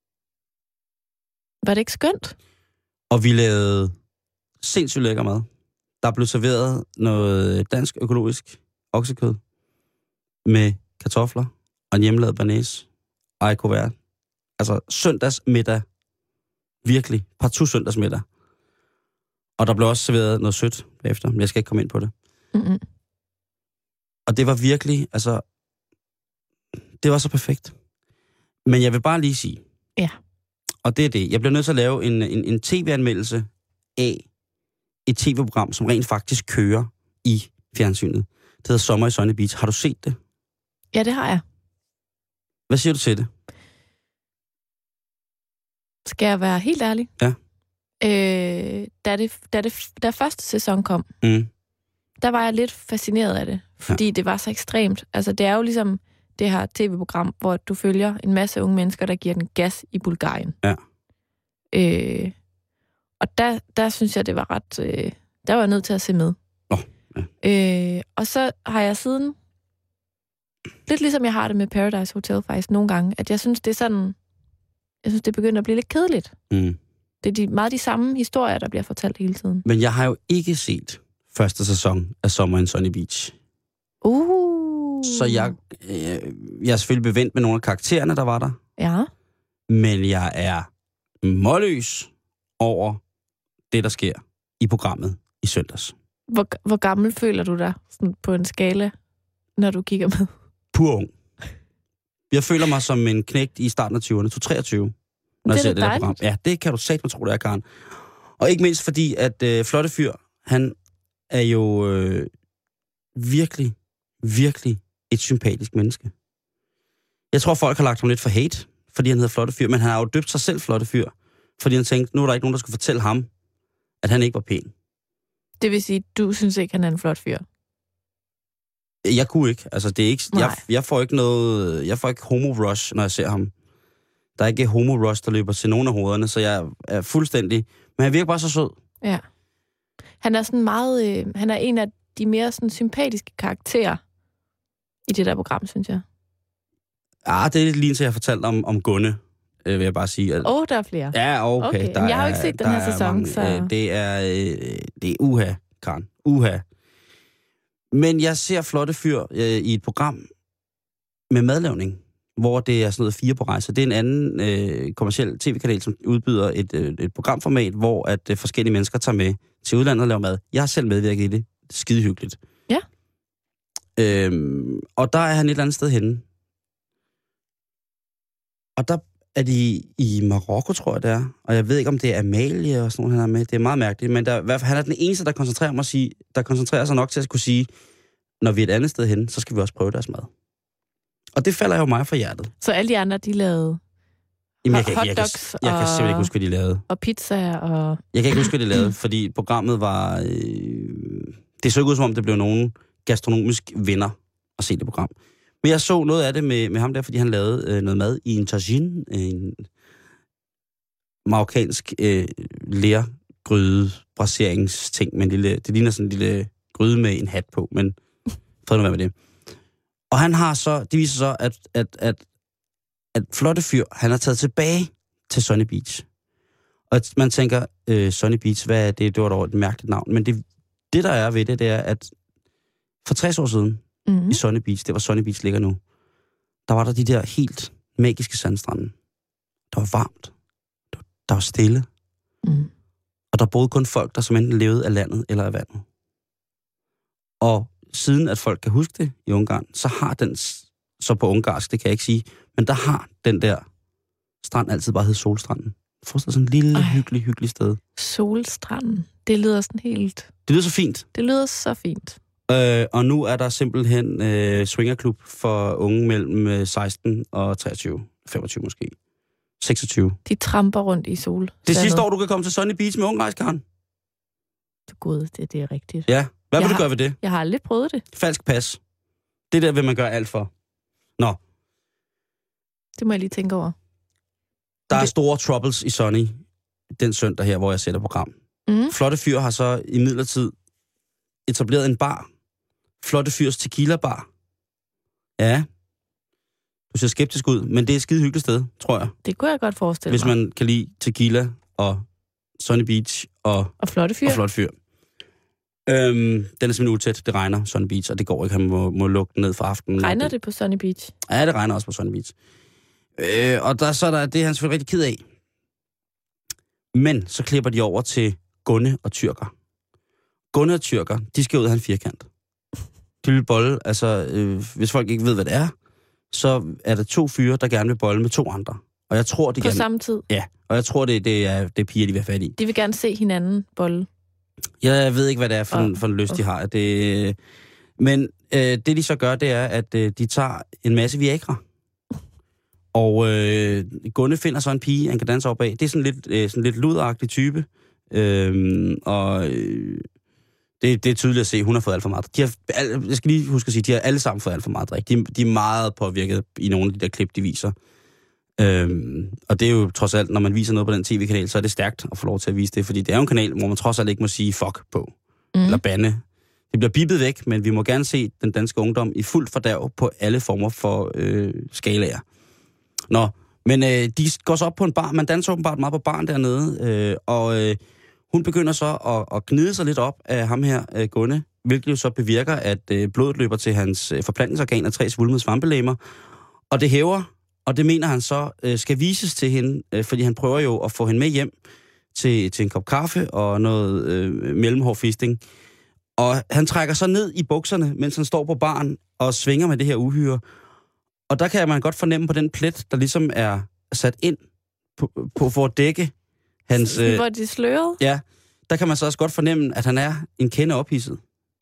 Var det ikke skønt? Og vi lavede sindssygt lækker mad. Der blev serveret noget dansk økologisk oksekød med kartofler og en hjemmelavet banæs og et kuvert. Altså søndagsmiddag. Virkelig. Partout søndagsmiddag. Og der blev også serveret noget sødt bagefter, men jeg skal ikke komme ind på det. Mm-hmm. Og det var virkelig, altså, det var så perfekt. Men jeg vil bare lige sige, ja. Og det er det, jeg bliver nødt til at lave en, en, en tv-anmeldelse af et tv-program, som rent faktisk kører i fjernsynet. Det hedder Sommer i Sunny Beach. Har du set det? Ja, det har jeg. Hvad siger du til det? Skal jeg være helt ærlig? Ja. Øh, da, det, da, det, da første sæson kom, mm. der var jeg lidt fascineret af det, fordi ja. det var så ekstremt. Altså, det er jo ligesom det her tv-program, hvor du følger en masse unge mennesker, der giver den gas i Bulgarien. Ja. Øh, og der, der synes jeg, det var ret... Øh, der var jeg nødt til at se med. Oh, ja. øh, og så har jeg siden... Lidt ligesom jeg har det med Paradise Hotel faktisk nogle gange, at jeg synes, det er sådan... Jeg synes, det begynder at blive lidt kedeligt. Mm. Det er de, meget de samme historier, der bliver fortalt hele tiden. Men jeg har jo ikke set første sæson af Sommer i Sunny Beach. Uh. Så jeg, øh, jeg er selvfølgelig bevendt med nogle af karaktererne, der var der. Ja. Men jeg er målløs over det, der sker i programmet i søndags. Hvor, hvor gammel føler du dig sådan på en skala, når du kigger med? Pur ung. Jeg føler mig som en knægt i starten af tyverne, to treogtyve. Når det er jeg det dejligt. Program. Ja, det kan du satme tro, det er, Karen. Og ikke mindst fordi, at øh, Flotte Fyr, han er jo øh, virkelig, virkelig et sympatisk menneske. Jeg tror, folk har lagt ham lidt for hate, fordi han hedder Flotte Fyr, men han har jo døbt sig selv Flotte Fyr, fordi han tænkte, nu er der ikke nogen, der skulle fortælle ham, at han ikke var pæn. Det vil sige, du synes ikke, han er en flot fyr? Jeg kunne ikke. Altså, det er ikke... Jeg, jeg får ikke noget... Jeg får ikke homo-rush, når jeg ser ham. Der er ikke homo-rush, der løber til nogen af hovederne, så jeg er fuldstændig... Men han virker bare så sød. Ja. Han er sådan meget... Øh, han er en af de mere sådan sympatiske karakterer i det der program, synes jeg. Ah, det er lige til, jeg har fortalt om, om Gunne, øh, vil jeg bare sige. Åh, oh, der er flere. Ja, okay. okay. Der jeg har jo er, ikke set den her sæson, mange, så... Øh, det er... Øh, det er uha, Karen. Uha. Men jeg ser Flotte Fyr øh, i et program med madlavning, hvor det er sådan noget fire på rejse. Det er en anden øh, kommerciel tv-kanal, som udbyder et, øh, et programformat, hvor at øh, forskellige mennesker tager med til udlandet og laver mad. Jeg har selv medvirket i det. Skide hyggeligt. Ja. Øhm, og der er han et eller andet sted henne. Og der er de i Marokko, tror jeg det er. Og jeg ved ikke, om det er Amalie og sådan noget, han er med. Det er meget mærkeligt. Men der, han er den eneste, der koncentrerer, mig sige, der koncentrerer sig nok til at kunne sige, når vi er et andet sted henne, så skal vi også prøve deres mad. Og det falder jo mig for hjertet. Så alle de andre, de lavede Jamen, jeg kan, hotdogs jeg, kan, jeg, kan, jeg og, kan simpelthen ikke huske, hvad de lavede. Og pizza og... Jeg kan ikke huske, hvad de lavede, fordi programmet var... Øh, det så ikke ud, som om det blev nogen gastronomisk vinder at se det program. Men jeg så noget af det med, med ham der, fordi han lavede øh, noget mad i en tagine, en marokkansk øh, lergryde braseringsting, men lille, det ligner sådan en lille gryde med en hat på, men fred nu være med det. Og han har så, det viser så, at, at, at, at Flotte Fyr, han har taget tilbage til Sunny Beach. Og man tænker, øh, Sunny Beach, hvad er det? Det var dog et mærkeligt navn. Men det, det, der er ved det, det er, at for tres år siden, Mm. i Sunny Beach, det var Sunny Beach ligger nu, der var der de der helt magiske sandstrande. Der var varmt. Der var stille. Mm. Og der boede kun folk, der som enten levede af landet eller af vandet. Og siden at folk kan huske det i Ungarn, så har den, så på ungarsk, det kan jeg ikke sige, men der har den der strand altid bare hed Solstranden. Forestil dig sådan en lille, Ej. hyggelig, hyggelig sted. Solstranden. Det lyder sådan helt... Det lyder så fint. Det lyder så fint. Øh, og nu er der simpelthen øh, swingerklub for unge mellem øh, seksten og treogtyve, femogtyve måske. seksogtyve. De tramper rundt i sol. Det sidste år, du kan komme til Sunny Beach med ungarskaren. Gud, det, det er rigtigt. Ja. Hvad vil Jeg du har- gøre ved det? Jeg har aldrig prøvet det. Falsk pas. Det der vil man gøre alt for. Nå, Det må jeg lige tænke over. der er Det- store troubles i Sunny den søndag her, hvor jeg sætter program. Mm. Flotte Fyr har så i midlertid etableret en bar. Flotte Fyrs Tequila Bar. Ja. Du ser skeptisk ud, men det er et skide hyggeligt sted, tror jeg. Det kunne jeg godt forestille Hvis mig. man kan lide tequila og Sunny Beach og, Og flotte fyr. og Flot Fyr. Øhm, den er simpelthen utæt. Det regner Sunny Beach, og det går ikke. Han må, må lukke den ned for aftenen. Regner det på Sunny Beach? Ja, det regner også på Sunny Beach. Øh, og der, så er der, det er han selvfølgelig rigtig ked af. Men så klipper de over til Gunne og Tyrker. Gunne og Tyrker, de skal ud af en firkant. De vil bolle, altså øh, hvis folk ikke ved, hvad det er, så er der to fyre, der gerne vil bolle med to andre. Og jeg tror, de På gerne... samme tid. Ja, og jeg tror, det, det, er, det er piger, de vil have fat i. De vil gerne se hinanden bolle. Jeg ved ikke, hvad det er for, Og- en, for en lyst, de har. Det, men øh, det, de så gør, det er, at øh, de tager en masse Viagra. Og øh, Gunne finder så en pige, han kan danse op bag. Det er sådan lidt, øh, sådan lidt ludagtig type. Øh, og øh, det, det er tydeligt at se, at hun har fået alt for meget. De har, al, jeg skal lige huske at sige, de har alle sammen fået alt for meget drik. De, de er meget påvirket i nogle af de der klip, de viser. Øhm, og det er jo trods alt, når man viser noget på den tv-kanal, så er det stærkt at få lov til at vise det, fordi det er jo en kanal, hvor man trods alt ikke må sige fuck på, mm. eller bande. Det bliver bippet væk, men vi må gerne se den danske ungdom i fuld fordærv på alle former for øh, skalaer. Nå, men øh, de går så op på en bar, man danser åbenbart meget på baren dernede, øh, og øh, hun begynder så at, at gnide sig lidt op af ham her, øh, Gunne, hvilket jo så bevirker, at øh, blodet løber til hans øh, forplantningsorgan af tre svulmede svampelemmer, og det hæver. Og det mener han så øh, skal vises til hende, øh, fordi han prøver jo at få hende med hjem til, til en kop kaffe og noget øh, mellemhårfisting. Og han trækker så ned i bukserne, mens han står på baren og svinger med det her uhyre. Og der kan man godt fornemme på den plet, der ligesom er sat ind på, på for at dække hans... Øh, Hvor de slørede? ja, der kan man så også godt fornemme, at han er en kende ophidset.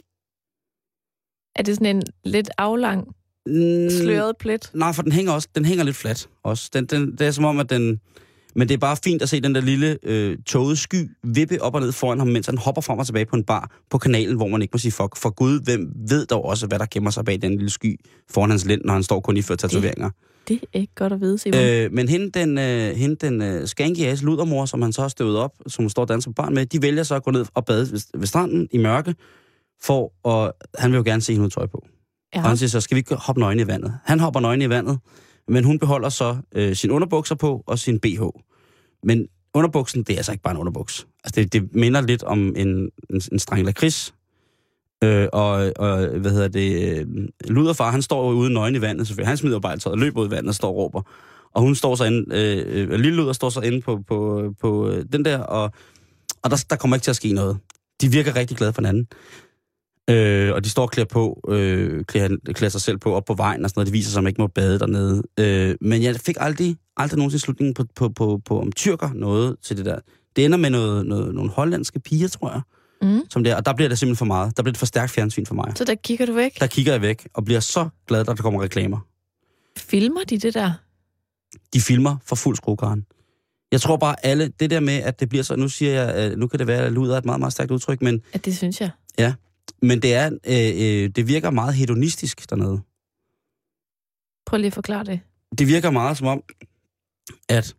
Er det sådan en lidt aflang, Mm, sløret plet? Nej, for den hænger også, den hænger lidt fladt også. Den, den, det er som om, at den... Men det er bare fint at se den der lille øh, tågede sky vippe op og ned foran ham, mens han hopper frem og tilbage på en bar på kanalen, hvor man ikke må sige fuck. For Gud, hvem ved dog også, hvad der gemmer sig bag den lille sky foran hans lænd, når han står kun i før tatoveringer. Det er ikke godt at vide, Simon. Øh, men hende den, øh, hende den øh, skanky ass ludermor, som han så har støvet op, som hun står og danser på barn med, de vælger så at gå ned og bade ved, ved stranden i mørke, for, og han vil jo gerne se hende uden tøj på. Ja. Og han siger så, skal vi ikke hoppe nøgne i vandet? Han hopper nøgne i vandet, men hun beholder så øh, sin underbukser på og sin B H. Men underbuksen, det er altså ikke bare en underbuks. Altså det, det minder lidt om en, en, en streng lakrids. Øh, og, og, hvad hedder det, øh, luderfar, han står jo ude nøgne i vandet, selvfølgelig. Han smider bare alt tøjet og løber ud i vandet og står og råber. Og hun står så inde, øh, øh, lille luder står så inde på, på, på øh, den der, og, og der, der kommer ikke til at ske noget. De virker rigtig glade for hinanden. Øh, og de står og klæder på, øh, klæder, klæder sig selv på op på vejen og sådan noget. Det viser sig, at man ikke må bade dernede. Øh, men jeg fik aldrig, aldrig nogensinde slutningen på, på, på, på om tyrker noget til det der. Det ender med noget, noget, nogle hollandske piger, tror jeg. Mm. Som det er, og der bliver det simpelthen for meget. Der bliver det for stærkt fjernsyn for mig. Så der kigger du væk? Der kigger jeg væk og bliver så glad, at der kommer reklamer. Filmer de det der? De filmer for fuld skruekaren. Jeg tror bare alle, det der med, at det bliver så, nu siger jeg, nu kan det være, at luder er et meget, meget stærkt udtryk, men Ja, det synes jeg. ja, men det er, øh, øh, det virker meget hedonistisk dernede. Prøv lige at forklare det. Det virker meget som om, at,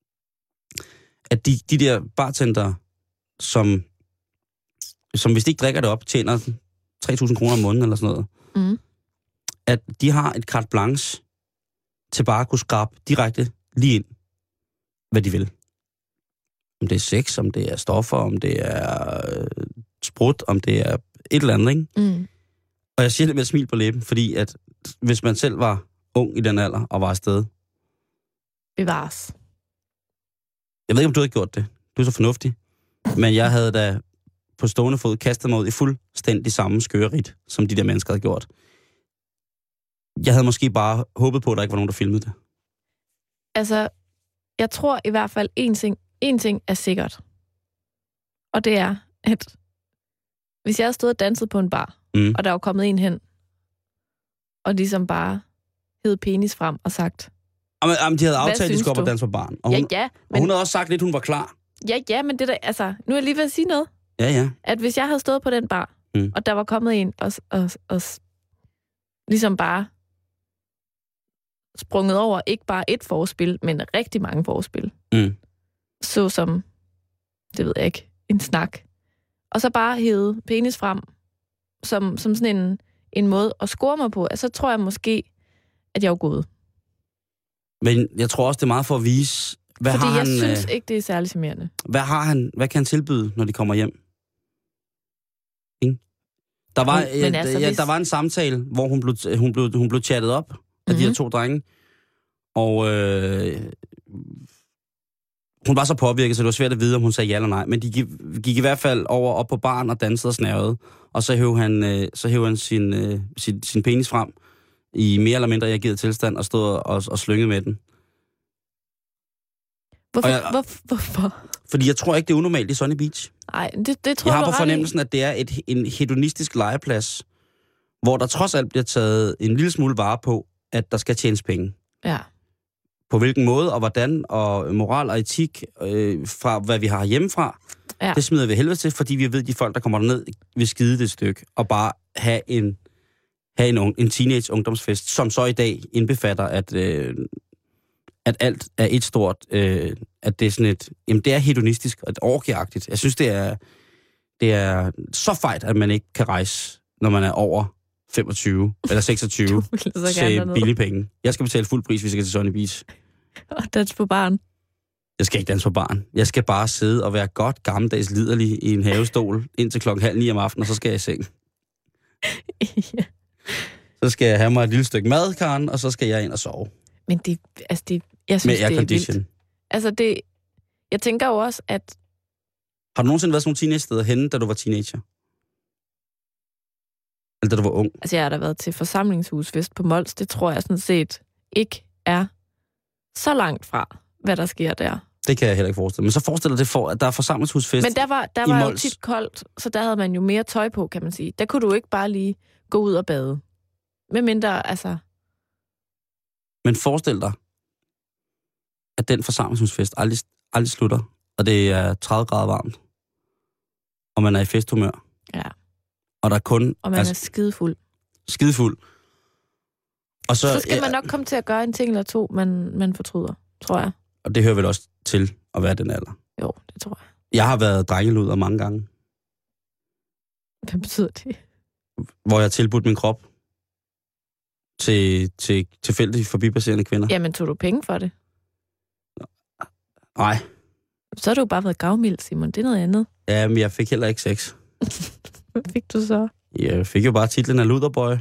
at de, de der bartender, som, som hvis de ikke drikker det op, tjener tre tusind kroner om måneden eller sådan noget, Mm. at de har et carte blanche til bare at kunne skrabe direkte lige ind, hvad de vil. Om det er sex, om det er stoffer, om det er øh, sprut, om det er et eller andet, ikke? Mm. Og jeg siger det med et smil på læben, fordi at hvis man selv var ung i den alder og var afsted. Bevares. Jeg ved ikke, om du havde gjort det. Du er så fornuftig. Men jeg havde da på stående fod kastet mig ud i fuldstændig samme skøre ridt, som de der mennesker havde gjort. Jeg havde måske bare håbet på, at der ikke var nogen, der filmede det. Altså, jeg tror i hvert fald, en ting, en ting er sikkert. Og det er, at hvis jeg havde stået og danset på en bar, mm. og der var kommet en hen, og ligesom bare hed penis frem og sagt... Jamen, jamen de havde aftalt, at de skulle op og danse på baren. Og hun, ja, ja. Men, og hun havde også sagt lidt, hun var klar. Ja, ja, men det der... Altså, nu er jeg lige ved at sige noget. Ja, ja. At hvis jeg havde stået på den bar, mm. og der var kommet en og, og, og ligesom bare sprunget over ikke bare et forspil, men rigtig mange forspil. Mm. Så som, det ved jeg ikke, en snak. Og så bare hævede penis frem, som, som sådan en, en måde at score mig på. Altså, så tror jeg måske, at jeg er gået. Men jeg tror også, det er meget for at vise, hvad Fordi har jeg han... synes ikke, det er særlig charmerende. Hvad har han, hvad kan han tilbyde, når de kommer hjem? Ingen? Der var, Men, ja, altså, ja, hvis... der var en samtale, hvor hun blev, hun blev, hun blev chattet op af mm-hmm. de her to drenge. Og øh, hun var så påvirket, så det var svært at vide, om hun sagde ja eller nej. Men de gik, gik i hvert fald over op på baren og dansede og snærvede. Og så hævde han, øh, så hævde han sin, øh, sin, sin penis frem i mere eller mindre reageret tilstand og stod og, og slyngede med den. Hvorfor? Jeg, hvor, hvorfor? Fordi jeg tror ikke, det er unormalt i Sunny Beach. Nej, det, det tror jeg jeg har på fornemmelsen, i. at det er et, en hedonistisk legeplads, hvor der trods alt bliver taget en lille smule vare på, at der skal tjenes penge. Ja. På hvilken måde og hvordan, og moral og etik øh, fra hvad vi har hjemmefra, ja. Det smider vi helvede til, fordi vi ved, at de folk, der kommer derned, vil skide det stykke, og bare have en, have en, en teenage-ungdomsfest, som så i dag indbefatter, at, øh, at alt er et stort, øh, at det er sådan et, jamen det er hedonistisk og et orkieagtigt. Jeg synes, det er, det er så fejt, at man ikke kan rejse, når man er over femogtyve eller seksogtyve til billige penge. Jeg skal betale fuld pris, hvis jeg skal til Sunny Beach. Og danse på baren. Jeg skal ikke danse på baren. Jeg skal bare sidde og være godt gammeldags liderlig i en havestol indtil klokken halv ni om aftenen, og så skal jeg i seng. Ja. Så skal jeg have mig et lille stykke mad, Karen, og så skal jeg ind og sove. Men det, altså det, jeg synes, med det er vildt. Altså det, jeg tænker jo også, at... Har du nogensinde været sådan nogle teenage-steder henne, da du var teenager? Eller da du var ung? Altså jeg har da været til forsamlingshusfest på Mols. Det tror jeg sådan set ikke er så langt fra, hvad der sker der. Det kan jeg heller ikke forestille. Men så forestiller det for, at der er forsamlingshusfest. Men der var, der var jo tit koldt, så der havde man jo mere tøj på, kan man sige. Der kunne du ikke bare lige gå ud og bade. Med mindre, altså... Men forestil dig, at den forsamlingshusfest aldrig, aldrig slutter, og det er tredive grader varmt, og man er i festhumør. Ja. Og der er kun... Og man altså, er skidefuld. Skidefuld. Og så, så skal ja, man nok komme til at gøre en ting eller to, man, man fortryder, tror jeg. Og det hører vel også til at være den alder. Jo, det tror jeg. Jeg har været drengeluder mange gange. Hvad betyder det? Hvor jeg har tilbudt min krop til, til tilfældigt forbipasserende kvinder. Jamen, tog du penge for det? Nej. Så har du bare været gavmild, Simon. Det er noget andet. Ja, men jeg fik heller ikke sex. Hvad fik du så? Jeg fik jo bare titlen af luderboy.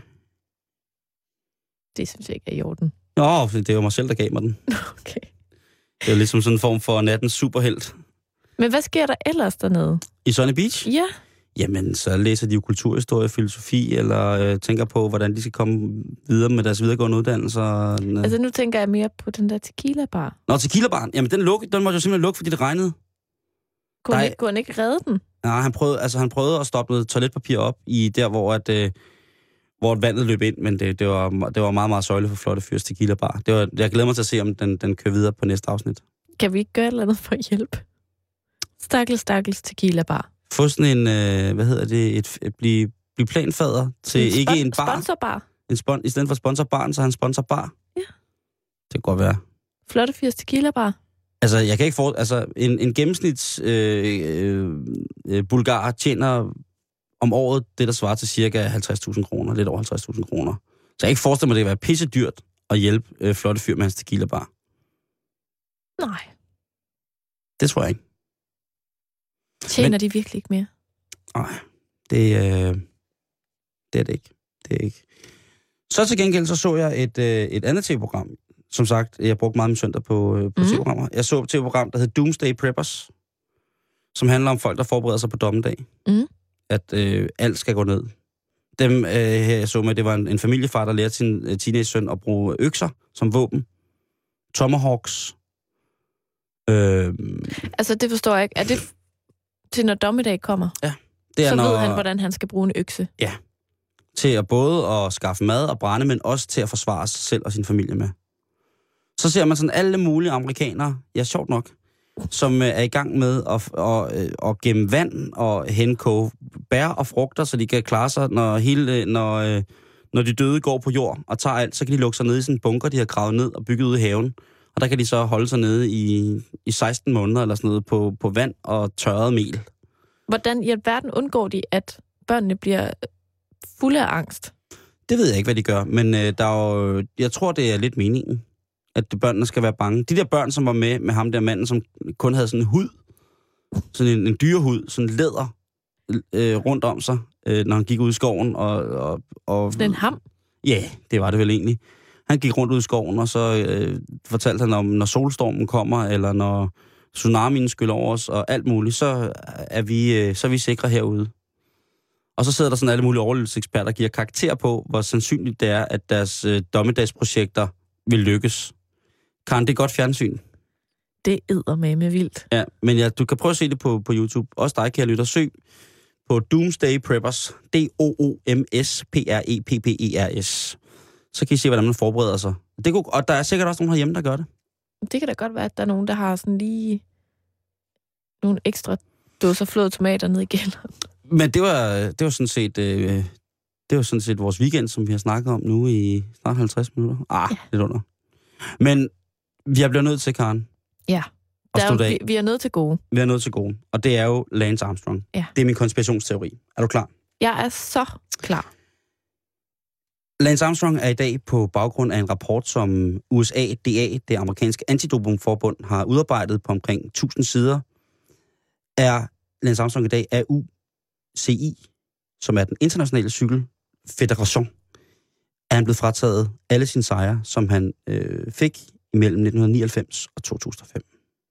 Det synes jeg ikke er i orden. Nå, det var mig selv, der gav mig den. Okay. Det er ligesom sådan en form for nattens superhelt. Men hvad sker der ellers dernede? I Sunny Beach? Ja. Jamen, så læser de jo kulturhistorie, filosofi, eller øh, tænker på, hvordan de skal komme videre med deres videregående uddannelser. Altså, nu tænker jeg mere på den der tequila-bar. Nå, tequila-baren. Jamen, den, luk, den måtte jo simpelthen lukke, fordi det regnede. Kunne han, ikke, kunne han ikke redde den? Nej, han prøvede, altså, han prøvede at stoppe noget toiletpapir op i der, hvor, at, øh, hvor vandet løb ind, men det, det, var, det var meget, meget sørgeligt for Flotte Fyrs tequila-bar. Det var, jeg glæder mig til at se, om den, den kører videre på næste afsnit. Kan vi ikke gøre et eller andet for hjælp? Stakkels, stakkels tequila-bar. Få sådan en, øh, hvad hedder det, et, et blive, blive planfader til en ikke en bar. Sponsorbar. En spon, I stedet for sponsorbaren, så har han sponsorbar. Ja. Det kan godt være. Flotte Fyrs tequila-bar. Altså, jeg kan ikke for... Altså, en, en gennemsnits øh, øh, bulgar tjener om året det, der svarer til cirka halvtreds tusind kroner. Lidt over halvtreds tusind kroner. Så jeg kan ikke forestille mig, at det kan være pisse dyrt at hjælpe øh, Flotte Fyr med hans tequila-bar. Nej. Det tror jeg ikke. Tjener Men, de virkelig ikke mere? Nej, det, øh, det er det ikke. det er ikke. Så til gengæld, så så jeg et, øh, et andet tv-program. Som sagt, jeg brugte meget min søndag på, øh, på mm. tv-programmer. Jeg så et tv-program, der hed Doomsday Preppers, som handler om folk, der forbereder sig på dommedag. Mm. At øh, alt skal gå ned. Dem øh, her, jeg så med, det var en, en familiefar, der lærte sin øh, teenage-søn at bruge økser som våben. Tomahawks. Øh, altså, det forstår jeg ikke. Er det til, når dommedag kommer? Ja. Det er, så når, ved han, hvordan han skal bruge en økse? Ja. Til at både at skaffe mad og brænde, men også til at forsvare sig selv og sin familie med. Så ser man sådan alle mulige amerikanere, ja, sjovt nok, som øh, er i gang med at, at, at, at gemme vand og henkoge bær og frugter, så de kan klare sig, når, hele, når, øh, når de døde går på jord og tager alt, så kan de lukke sig ned i sådan en bunker, de har gravet ned og bygget ude i haven. Og der kan de så holde sig nede i, i seksten måneder eller sådan noget på, på vand og tørret mel. Hvordan i alverden undgår de, at børnene bliver fulde af angst? Det ved jeg ikke, hvad de gør, men øh, der er jo, jeg tror, det er lidt meningen, at børnene skal være bange. De der børn, som var med med ham der manden, som kun havde sådan en hud, sådan en, en dyrehud, sådan læder øh, rundt om sig, øh, når han gik ud i skoven. Og, og, og, sådan en ham? Ja, det var det vel egentlig. Han gik rundt ud i skoven, og så øh, fortalte han om, når solstormen kommer, eller når tsunamien skyller over os, og alt muligt, så er vi, øh, så er vi sikre herude. Og så sidder der sådan alle mulige overlevelseseksperter, der giver karakter på, hvor sandsynligt det er, at deres øh, dommedagsprojekter vil lykkes. Karen, det er godt fjernsyn. Det eddermame vildt. Ja, men ja, du kan prøve at se det på, på YouTube. Også dig, kære lytter. Søg på Doomsday Preppers. D O O M S P R E P P E R S. Så kan I se, hvordan man forbereder sig. Det kunne, og der er sikkert også nogen herhjemme, der gør det. Det kan da godt være, at der er nogen, der har sådan lige nogle ekstra dåser flåede tomater ned i kælderen. Men det var, det var sådan set... Øh, det var sådan set vores weekend, som vi har snakket om nu i snart halvtreds minutter. Ah, ja. Lidt under. Men vi er blevet nødt til, Karen. Ja, der er, vi, vi er nødt til gode. Vi er nødt til gode. Og det er jo Lance Armstrong. Ja. Det er min konspirationsteori. Er du klar? Jeg er så klar. Lance Armstrong er i dag på baggrund af en rapport, som U S A D A, det amerikanske antidopingforbund, har udarbejdet på omkring tusind sider. Er Lance Armstrong i dag af U C I, som er den internationale cykelfederation, er han blevet frataget alle sine sejre, som han øh, fik imellem nitten nioghalvfems og to tusind og fem.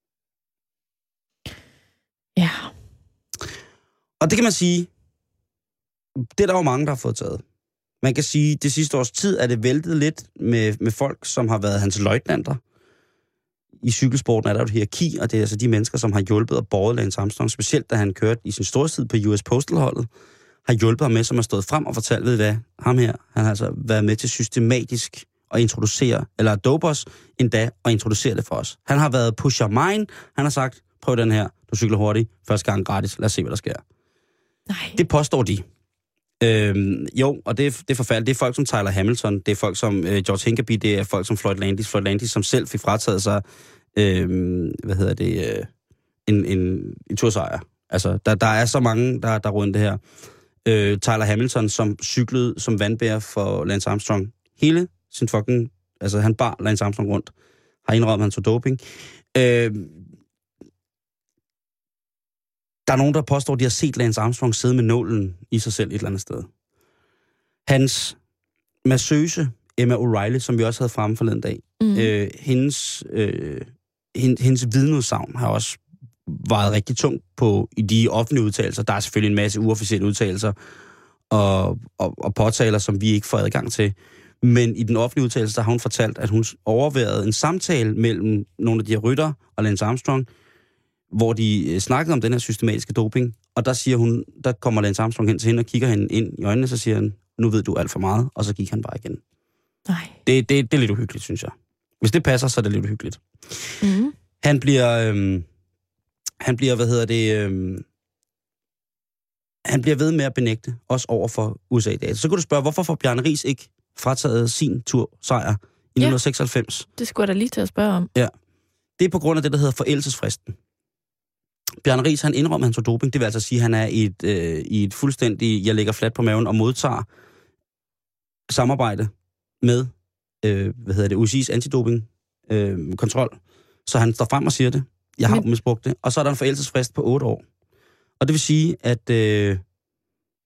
Ja. Og det kan man sige, det er der jo mange, der har fået taget. Man kan sige, at det sidste års tid er det væltet lidt med, med folk, som har været hans løjtnanter. I cykelsporten er der jo et hierarki, og det er altså de mennesker, som har hjulpet og båret Lance Armstrong, specielt da han kørte i sin stortid på U S Postal-holdet, har hjulpet ham med, som har stået frem og fortalt, ved hvad, ham her, han har altså været med til systematisk at introducere, eller dope os endda, og introducere det for os. Han har været pusher mine, han har sagt, prøv den her, du cykler hurtigt, første gang gratis, lad os se, hvad der sker. Nej. Det påstår de. Øhm, jo, og det, det er forfærdeligt. Det er folk som Tyler Hamilton, det er folk som øh, George Hincapie, det er folk som Floyd Landis, Floyd Landis, som selv fik frataget sig, øh, hvad hedder det, øh, en, en, en tursejr. Altså, der, der er så mange, der, der rundt det her. Øh, Tyler Hamilton, som cyklede som vandbærer for Lance Armstrong hele sin fucking, altså han bar Lance Armstrong rundt, har indrømmet, at han tog doping. Øh, Der er nogen, der påstår, at de har set Lance Armstrong sidde med nålen i sig selv et eller andet sted. Hans massøse, Emma O'Reilly, som vi også havde fremme forleden dag, mm. øh, hendes, øh, hendes vidneudsagn har også vejet rigtig tungt på i de offentlige udtalelser. Der er selvfølgelig en masse uofficielle udtalelser og, og, og påtaler, som vi ikke får adgang til. Men i den offentlige udtalelse, der har hun fortalt, at hun overværede en samtale mellem nogle af de her rytter og Lance Armstrong, hvor de snakkede om den her systematiske doping, og der siger hun, der kommer Lance Armstrong hen til hende og kigger hende ind i øjnene, så siger han, nu ved du alt for meget, og så gik han bare igen. Nej. Det, det, det er lidt uhyggeligt, synes jeg. Hvis det passer, så er det lidt uhyggeligt. Mm. Han bliver, øhm, han bliver, hvad hedder det, øhm, han bliver ved med at benægte, også over for U S A. Så kunne du spørge, hvorfor får Bjarne Riis ikke frataget sin tursejr i ja. nitten seksoghalvfems? Det skulle jeg da lige til at spørge om. Ja. Det er på grund af det, der hedder forældelsesfristen. Bjarne Riis, han indrømmer, at han tog doping. Det vil altså sige, at han er i et, øh, i et fuldstændig, jeg ligger fladt på maven og modtager samarbejde med, øh, hvad hedder det, U C I's antidoping-kontrol. Øh, så han står frem og siger det. Jeg har Men... misbrugt det. Og så er der en forældelsesfrist på otte år. Og det vil sige, at øh,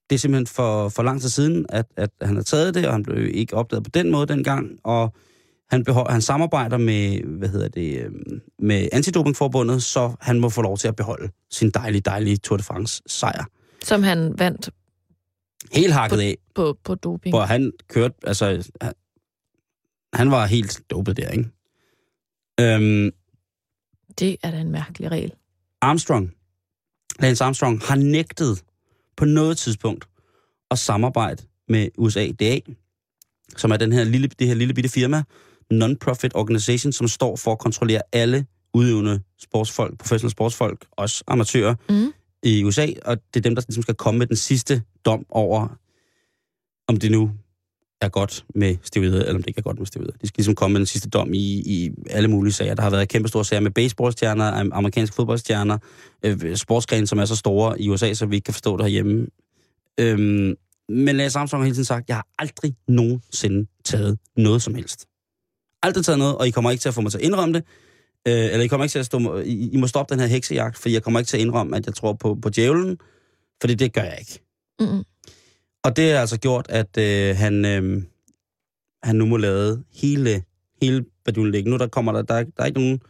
det er simpelthen for, for lang tid siden, at, at han har taget det, og han blev ikke opdaget på den måde dengang, og han, behold, han samarbejder med, hvad hedder det, med Antidopingforbundet, så han må få lov til at beholde sin dejlige, dejlige Tour de France sejr. Som han vandt helt hakket på, af. På, på doping. Hvor han kørte, altså, han, han var helt dopet der, ikke? Øhm, det er da en mærkelig regel. Armstrong, Lance Armstrong, har nægtet på noget tidspunkt at samarbejde med U S A D A, som er den her lille, det her lille bitte firma, non-profit organization, som står for at kontrollere alle udøvende sportsfolk, professionelle sportsfolk, også amatører mm. i U S A, og det er dem, der ligesom skal komme med den sidste dom over, om det nu er godt med steroider, eller om det ikke er godt med steroider. De skal ligesom komme med den sidste dom i, i alle mulige sager. Der har været kæmpe store sager med baseballstjerner, amerikanske fodboldstjerner, øh, sportsgrene, som er så store i U S A, så vi ikke kan forstå det herhjemme. Øhm, men Lance Armstrong har hele tiden sagt, jeg har aldrig nogensinde taget noget som helst. Aldrig taget noget, og I kommer ikke til at få mig til at indrømme det. Øh, eller I kommer ikke til at stå, I, I må stoppe den her heksejagt, for jeg kommer ikke til at indrømme, at jeg tror på, på djævlen, for det gør jeg ikke. Mm-hmm. Og det har altså gjort, at øh, han, øh, han nu må lade hele, hele baduljen ligge. Nu der kommer der, der, der er ikke nogen,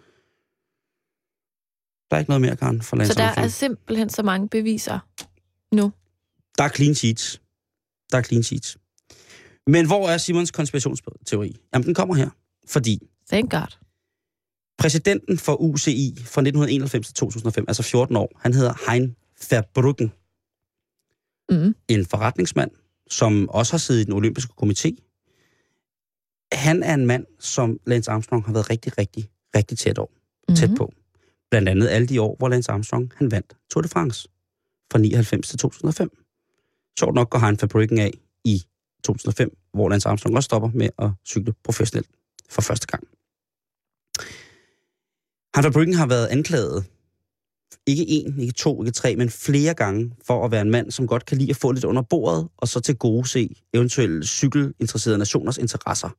der er ikke noget mere, Karen, for Lance Armstrong. Så der er simpelthen så mange beviser nu? Der er clean sheets. Der er clean sheets. Men hvor er Simons konspirationsteori? Jamen, den kommer her, fordi... Thank God. Præsidenten for U C I fra nitten enoghalvfems til to tusind og fem, altså fjorten år, han hedder Hein Verbruggen. Mm. En forretningsmand, som også har siddet i den olympiske komité. Han er en mand, som Lance Armstrong har været rigtig, rigtig, rigtig tæt, år, mm. tæt på. Blandt andet alle de år, hvor Lance Armstrong han vandt Tour de France fra nioghalvfems til to tusind og fem. Sjovt nok går Hein Verbruggen af i to tusind og fem, hvor Lance Armstrong også stopper med at cykle professionelt for første gang. Hein Verbruggen har været anklaget ikke en, ikke to, ikke tre, men flere gange for at være en mand, som godt kan lide at få lidt under bordet, og så til gode se eventuelle cykelinteresserede nationers interesser.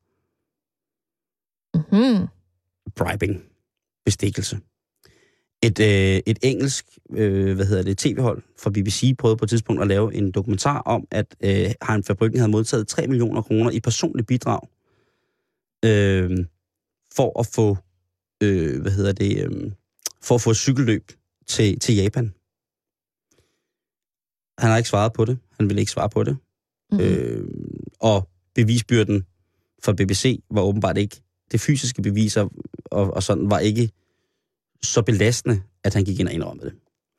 Mm-hmm. Bribing. Bestikkelse. Et, øh, et engelsk, øh, hvad hedder det, tv-hold fra B B C prøvede på et tidspunkt at lave en dokumentar om, at øh, Hein Verbruggen havde modtaget tre millioner kroner i personlig bidrag øh, for at få, øh, hvad hedder det, øh, for at få et cykelløb til, til Japan. Han har ikke svaret på det. Han ville ikke svare på det. Mm-hmm. Øh, og bevisbyrden for B B C var åbenbart ikke, det fysiske beviser og, og sådan var ikke så belastende, at han gik ind og indrømmede det.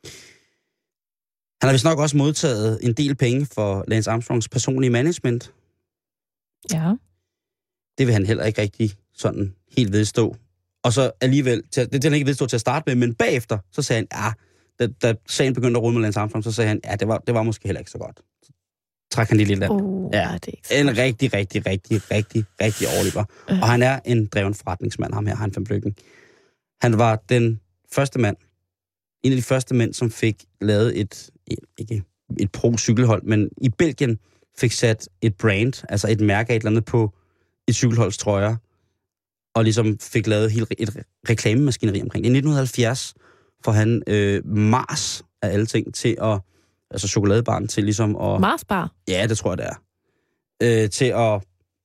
Han har vist nok også modtaget en del penge for Lance Armstrongs personlige management. Ja. Det vil han heller ikke rigtig sådan helt vedstå. Og så alligevel, det vil han ikke vedstå til at starte med, men bagefter, så sagde han, ja, da, da sagen begyndte at rulle med Lance Armstrong, så sagde han, ja, det var, det var måske heller ikke så godt. Så træk han lige lidt land. Oh, ja, det er ikke så en godt. rigtig, rigtig, rigtig, rigtig, rigtig overlever. Øh. Og han er en dreven forretningsmand, ham her, Hein Verbruggen. Han var den første mand, en af de første mænd, som fik lavet et, ikke et pro-cykelhold, men i Belgien fik sat et brand, altså et mærke af et eller andet på et cykelholds trøjer, og ligesom fik lavet helt et reklamemaskineri omkring. I nitten halvfjerds får han øh, Mars af alle ting til at, altså chokoladebaren til ligesom at... Marsbar? Ja, det tror jeg, det er. Øh, til at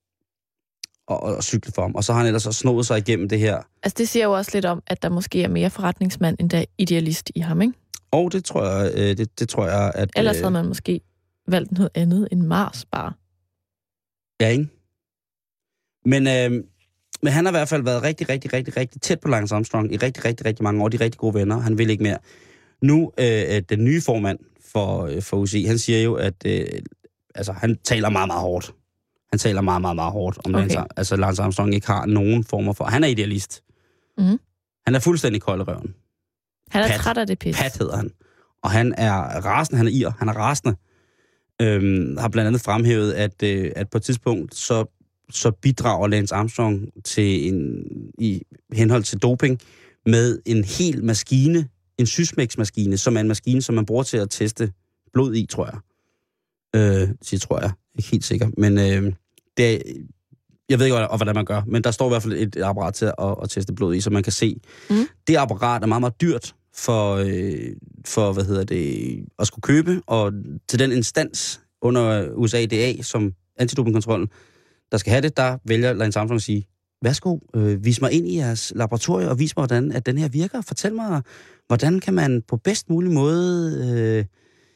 Og, og cykle for ham. Og så har han ellers også snået sig igennem det her. Altså det siger jo også lidt om, at der måske er mere forretningsmand, end der er idealist i ham, ikke? Og det tror jeg, øh, det, det tror jeg, at... Ellers havde man måske valgt noget andet end Mars bare. Ja, ikke? Men, øh, men han har i hvert fald været rigtig, rigtig, rigtig, rigtig tæt på Lance Armstrong i rigtig, rigtig, rigtig mange år. De er rigtig gode venner. Han vil ikke mere. Nu, øh, den nye formand for, for U C I, han siger jo, at øh, altså, han taler meget, meget hårdt. Han taler meget, meget, meget hårdt om, okay. Lance, altså Lance Armstrong ikke har nogen former for... Han er idealist. Mm. Han er fuldstændig kold i røven. Han er Pat, træt af det pis. Pat hedder han. Og han er rasende, han er ir, han er rasende. Øhm, har blandt andet fremhævet, at, øh, at på et tidspunkt, så, så bidrager Lance Armstrong til en, i henhold til doping, med en hel maskine, en Sysmex-maskine, som er en maskine, som man bruger til at teste blod i, tror jeg. Øh, det tror jeg. Ikke helt sikker, men øh, det er, jeg ved ikke, hvordan man gør, men der står i hvert fald et apparat til at, at teste blod i, så man kan se. Mm. Det apparat er meget, meget dyrt for, øh, for, hvad hedder det, at skulle købe, og til den instans under U S A D A, som antidopingkontrollen, der skal have det, der vælger Lance Armstrong at sige, værsgo, øh, vis mig ind i jeres laboratorium, og vis mig, hvordan at den her virker. Fortæl mig, hvordan kan man på bedst mulig måde... Øh...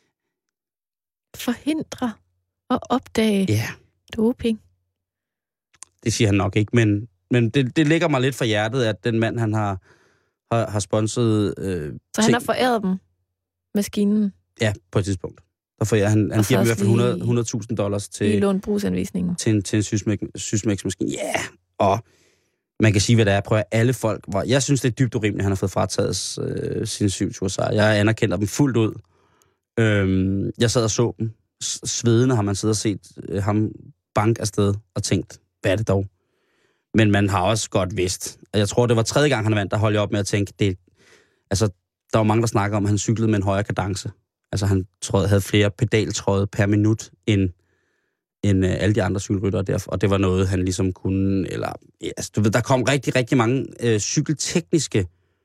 forhindre og opdage yeah. doping. Det siger han nok ikke, men, men det, det ligger mig lidt for hjertet, at den mand, han har, har, har sponset... Øh, Så han har foræret dem maskinen? Ja, på et tidspunkt. Derfor ja, han, han giver dem i hvert fald hundrede tusind dollars til... I lånbrugsanvisningen. Til en, til en Sysmex-maskine. Ja, yeah. Og man kan sige, hvad det er. Prøv at alle folk... Var, jeg synes, det er dybt urimeligt, at han har fået frataget øh, sine syv ture sejre. Jeg anerkender dem fuldt ud. Øhm, jeg sad og så dem. Svedende har man siddet og set øh, ham bank afsted og tænkt, hvad er det dog? Men man har også godt vidst. Jeg tror, det var tredje gang, han vandt, der holdt jeg op med at tænke, det, altså, der var mange, der snakker om, at han cyklede med en højere kadence. Altså, han tråd, havde flere pedaltråde per minut end, end øh, alle de andre cykelryttere der. Og det var noget, han ligesom kunne... Eller, ja, altså, du ved, der kom rigtig, rigtig mange øh, cykeltekniske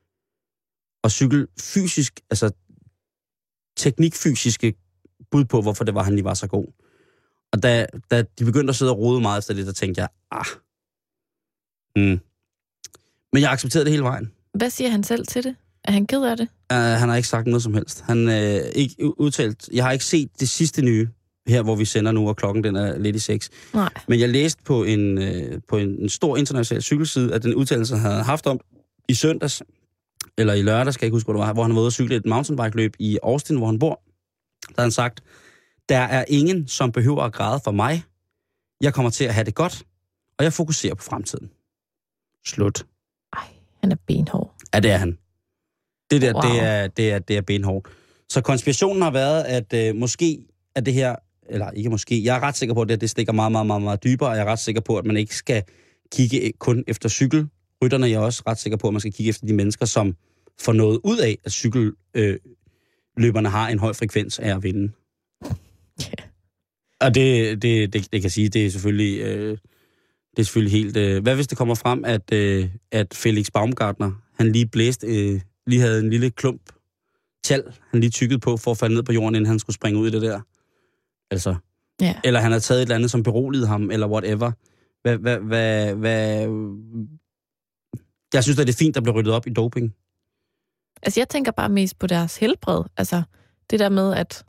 og cykelfysisk, altså teknikfysiske bud på, hvorfor det var, han lige var så god. Og da, da de begyndte at sidde og rode meget efter det, der tænkte jeg, ah, mm. Men jeg accepterede det hele vejen. Hvad siger han selv til det? Er han ked af det? Uh, han har ikke sagt noget som helst. Han øh, ikke udtalt, jeg har ikke set det sidste nye, her hvor vi sender nu, og klokken den er lidt i seks. Nej. Men jeg læste på en, øh, på en, en stor international cykelside, at den udtalelse, han havde haft om i søndags, eller i lørdag, skal jeg ikke huske, hvor det var, hvor han var ude og cykle et mountainbike-løb i Austin, hvor han bor. Der har han sagt, der er ingen, som behøver at græde for mig. Jeg kommer til at have det godt, og jeg fokuserer på fremtiden. Slut. Ej, han er benhård. Ja, det er han. Det der, wow. det, er, det, er, det er benhårdt. Så konspirationen har været, at øh, måske er det her, eller ikke måske, jeg er ret sikker på, at det, det stikker meget, meget, meget, meget dybere, og jeg er ret sikker på, at man ikke skal kigge kun efter cykelrytterne. Jeg er også ret sikker på, at man skal kigge efter de mennesker, som får noget ud af, at cykelløberne øh, har en høj frekvens af at vinde. Yeah. Og det, det, det, det kan sige, det er selvfølgelig, øh, det er selvfølgelig helt... Øh, hvad hvis det kommer frem, at, øh, at Felix Baumgartner, han lige blæste, øh, lige havde en lille klump tal, han lige tykkede på for at falde ned på jorden, inden han skulle springe ud i det der? Altså. Yeah. Eller han har taget et eller andet, som beroligede ham, eller whatever. Hvad, hvad, hvad, hvad... Jeg synes, at det er fint, der bliver ryddet op i doping. Altså, jeg tænker bare mest på deres helbred. Altså, det der med, at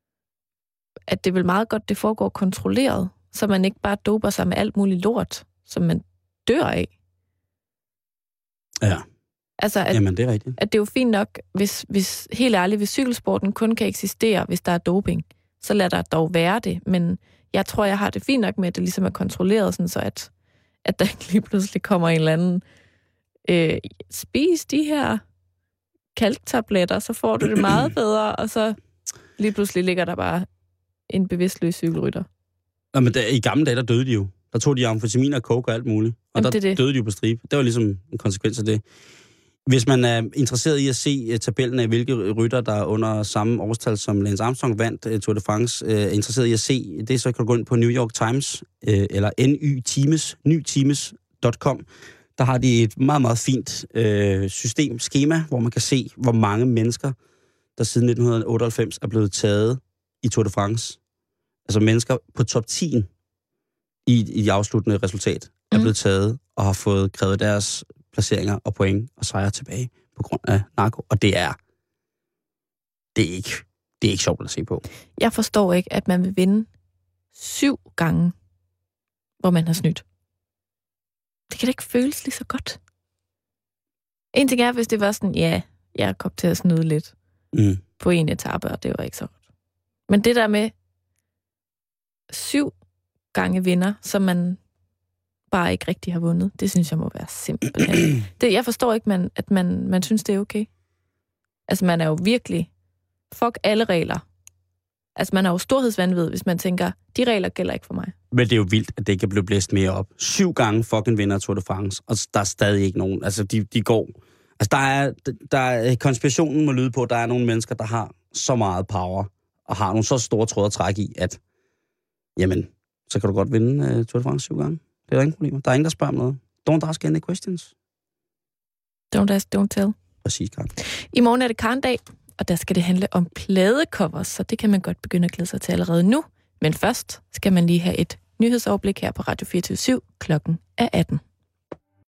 at det er vel meget godt, det foregår kontrolleret, så man ikke bare doper sig med alt muligt lort, som man dør af. Ja. Altså, at, Jamen, det er rigtigt. At det er jo fint nok, hvis, hvis helt ærligt, hvis cykelsporten kun kan eksistere, hvis der er doping, så lad der dog være det. Men jeg tror, jeg har det fint nok med, at det ligesom er kontrolleret, sådan så at, at der ikke lige pludselig kommer en eller anden øh, spis de her kalktabletter, så får du det meget bedre, og så lige pludselig ligger der bare en bevidstløs cykelrytter. Ja, men der, i gamle dage, der døde de jo. Der tog de amfetamin og coke og alt muligt. Og Jamen, der det det. døde de jo på stribe. Det var ligesom en konsekvens af det. Hvis man er interesseret i at se uh, tabellen af, hvilke rytter, der under samme årstal som Lance Armstrong vandt uh, Tour de France, uh, er interesseret i at se det, så kan du gå ind på New York Times, uh, eller nytimes, nytimes punktum com. Der har de et meget, meget fint uh, system, skema, hvor man kan se, hvor mange mennesker, der siden nitten otteoghalvfems er blevet taget i Tour de France. Altså mennesker på top ti i, i de afsluttende resultat er mm. blevet taget og har fået krævet deres placeringer og point og sejre tilbage på grund af narko. Og det er, det er ikke, det er ikke sjovt at se på. Jeg forstår ikke, at man vil vinde syv gange, hvor man har snydt. Det kan da ikke føles lige så godt. En ting er, hvis det var sådan, ja, jeg kom til at snyde lidt mm. på en etape, og det var ikke så godt. Men det der med syv gange vinder, som man bare ikke rigtig har vundet, det synes jeg må være simpelthen. Det, jeg forstår ikke, man, at man, man synes, det er okay. Altså, man er jo virkelig fuck alle regler. Altså, man er jo storhedsvanvid, hvis man tænker, de regler gælder ikke for mig. Men det er jo vildt, at det ikke er blevet blæst mere op. Syv gange fucking vinder Tour de France, og der er stadig ikke nogen. Altså, de, de går... Altså, der er, der er... Konspirationen må lyde på, at der er nogle mennesker, der har så meget power, og har nogle så store tråde at trække i, at jamen, så kan du godt vinde uh, Tour de France syv gange. Det er der ingen problemer. Der er ingen, der spørger om noget. Don't ask any questions. Don't ask, don't tell. Præcis, Karen. I morgen er det Karen-dag, og der skal det handle om pladecovers, så det kan man godt begynde at glæde sig til allerede nu. Men først skal man lige have et nyhedsoverblik her på Radio fireogtyve syv. Klokken er atten.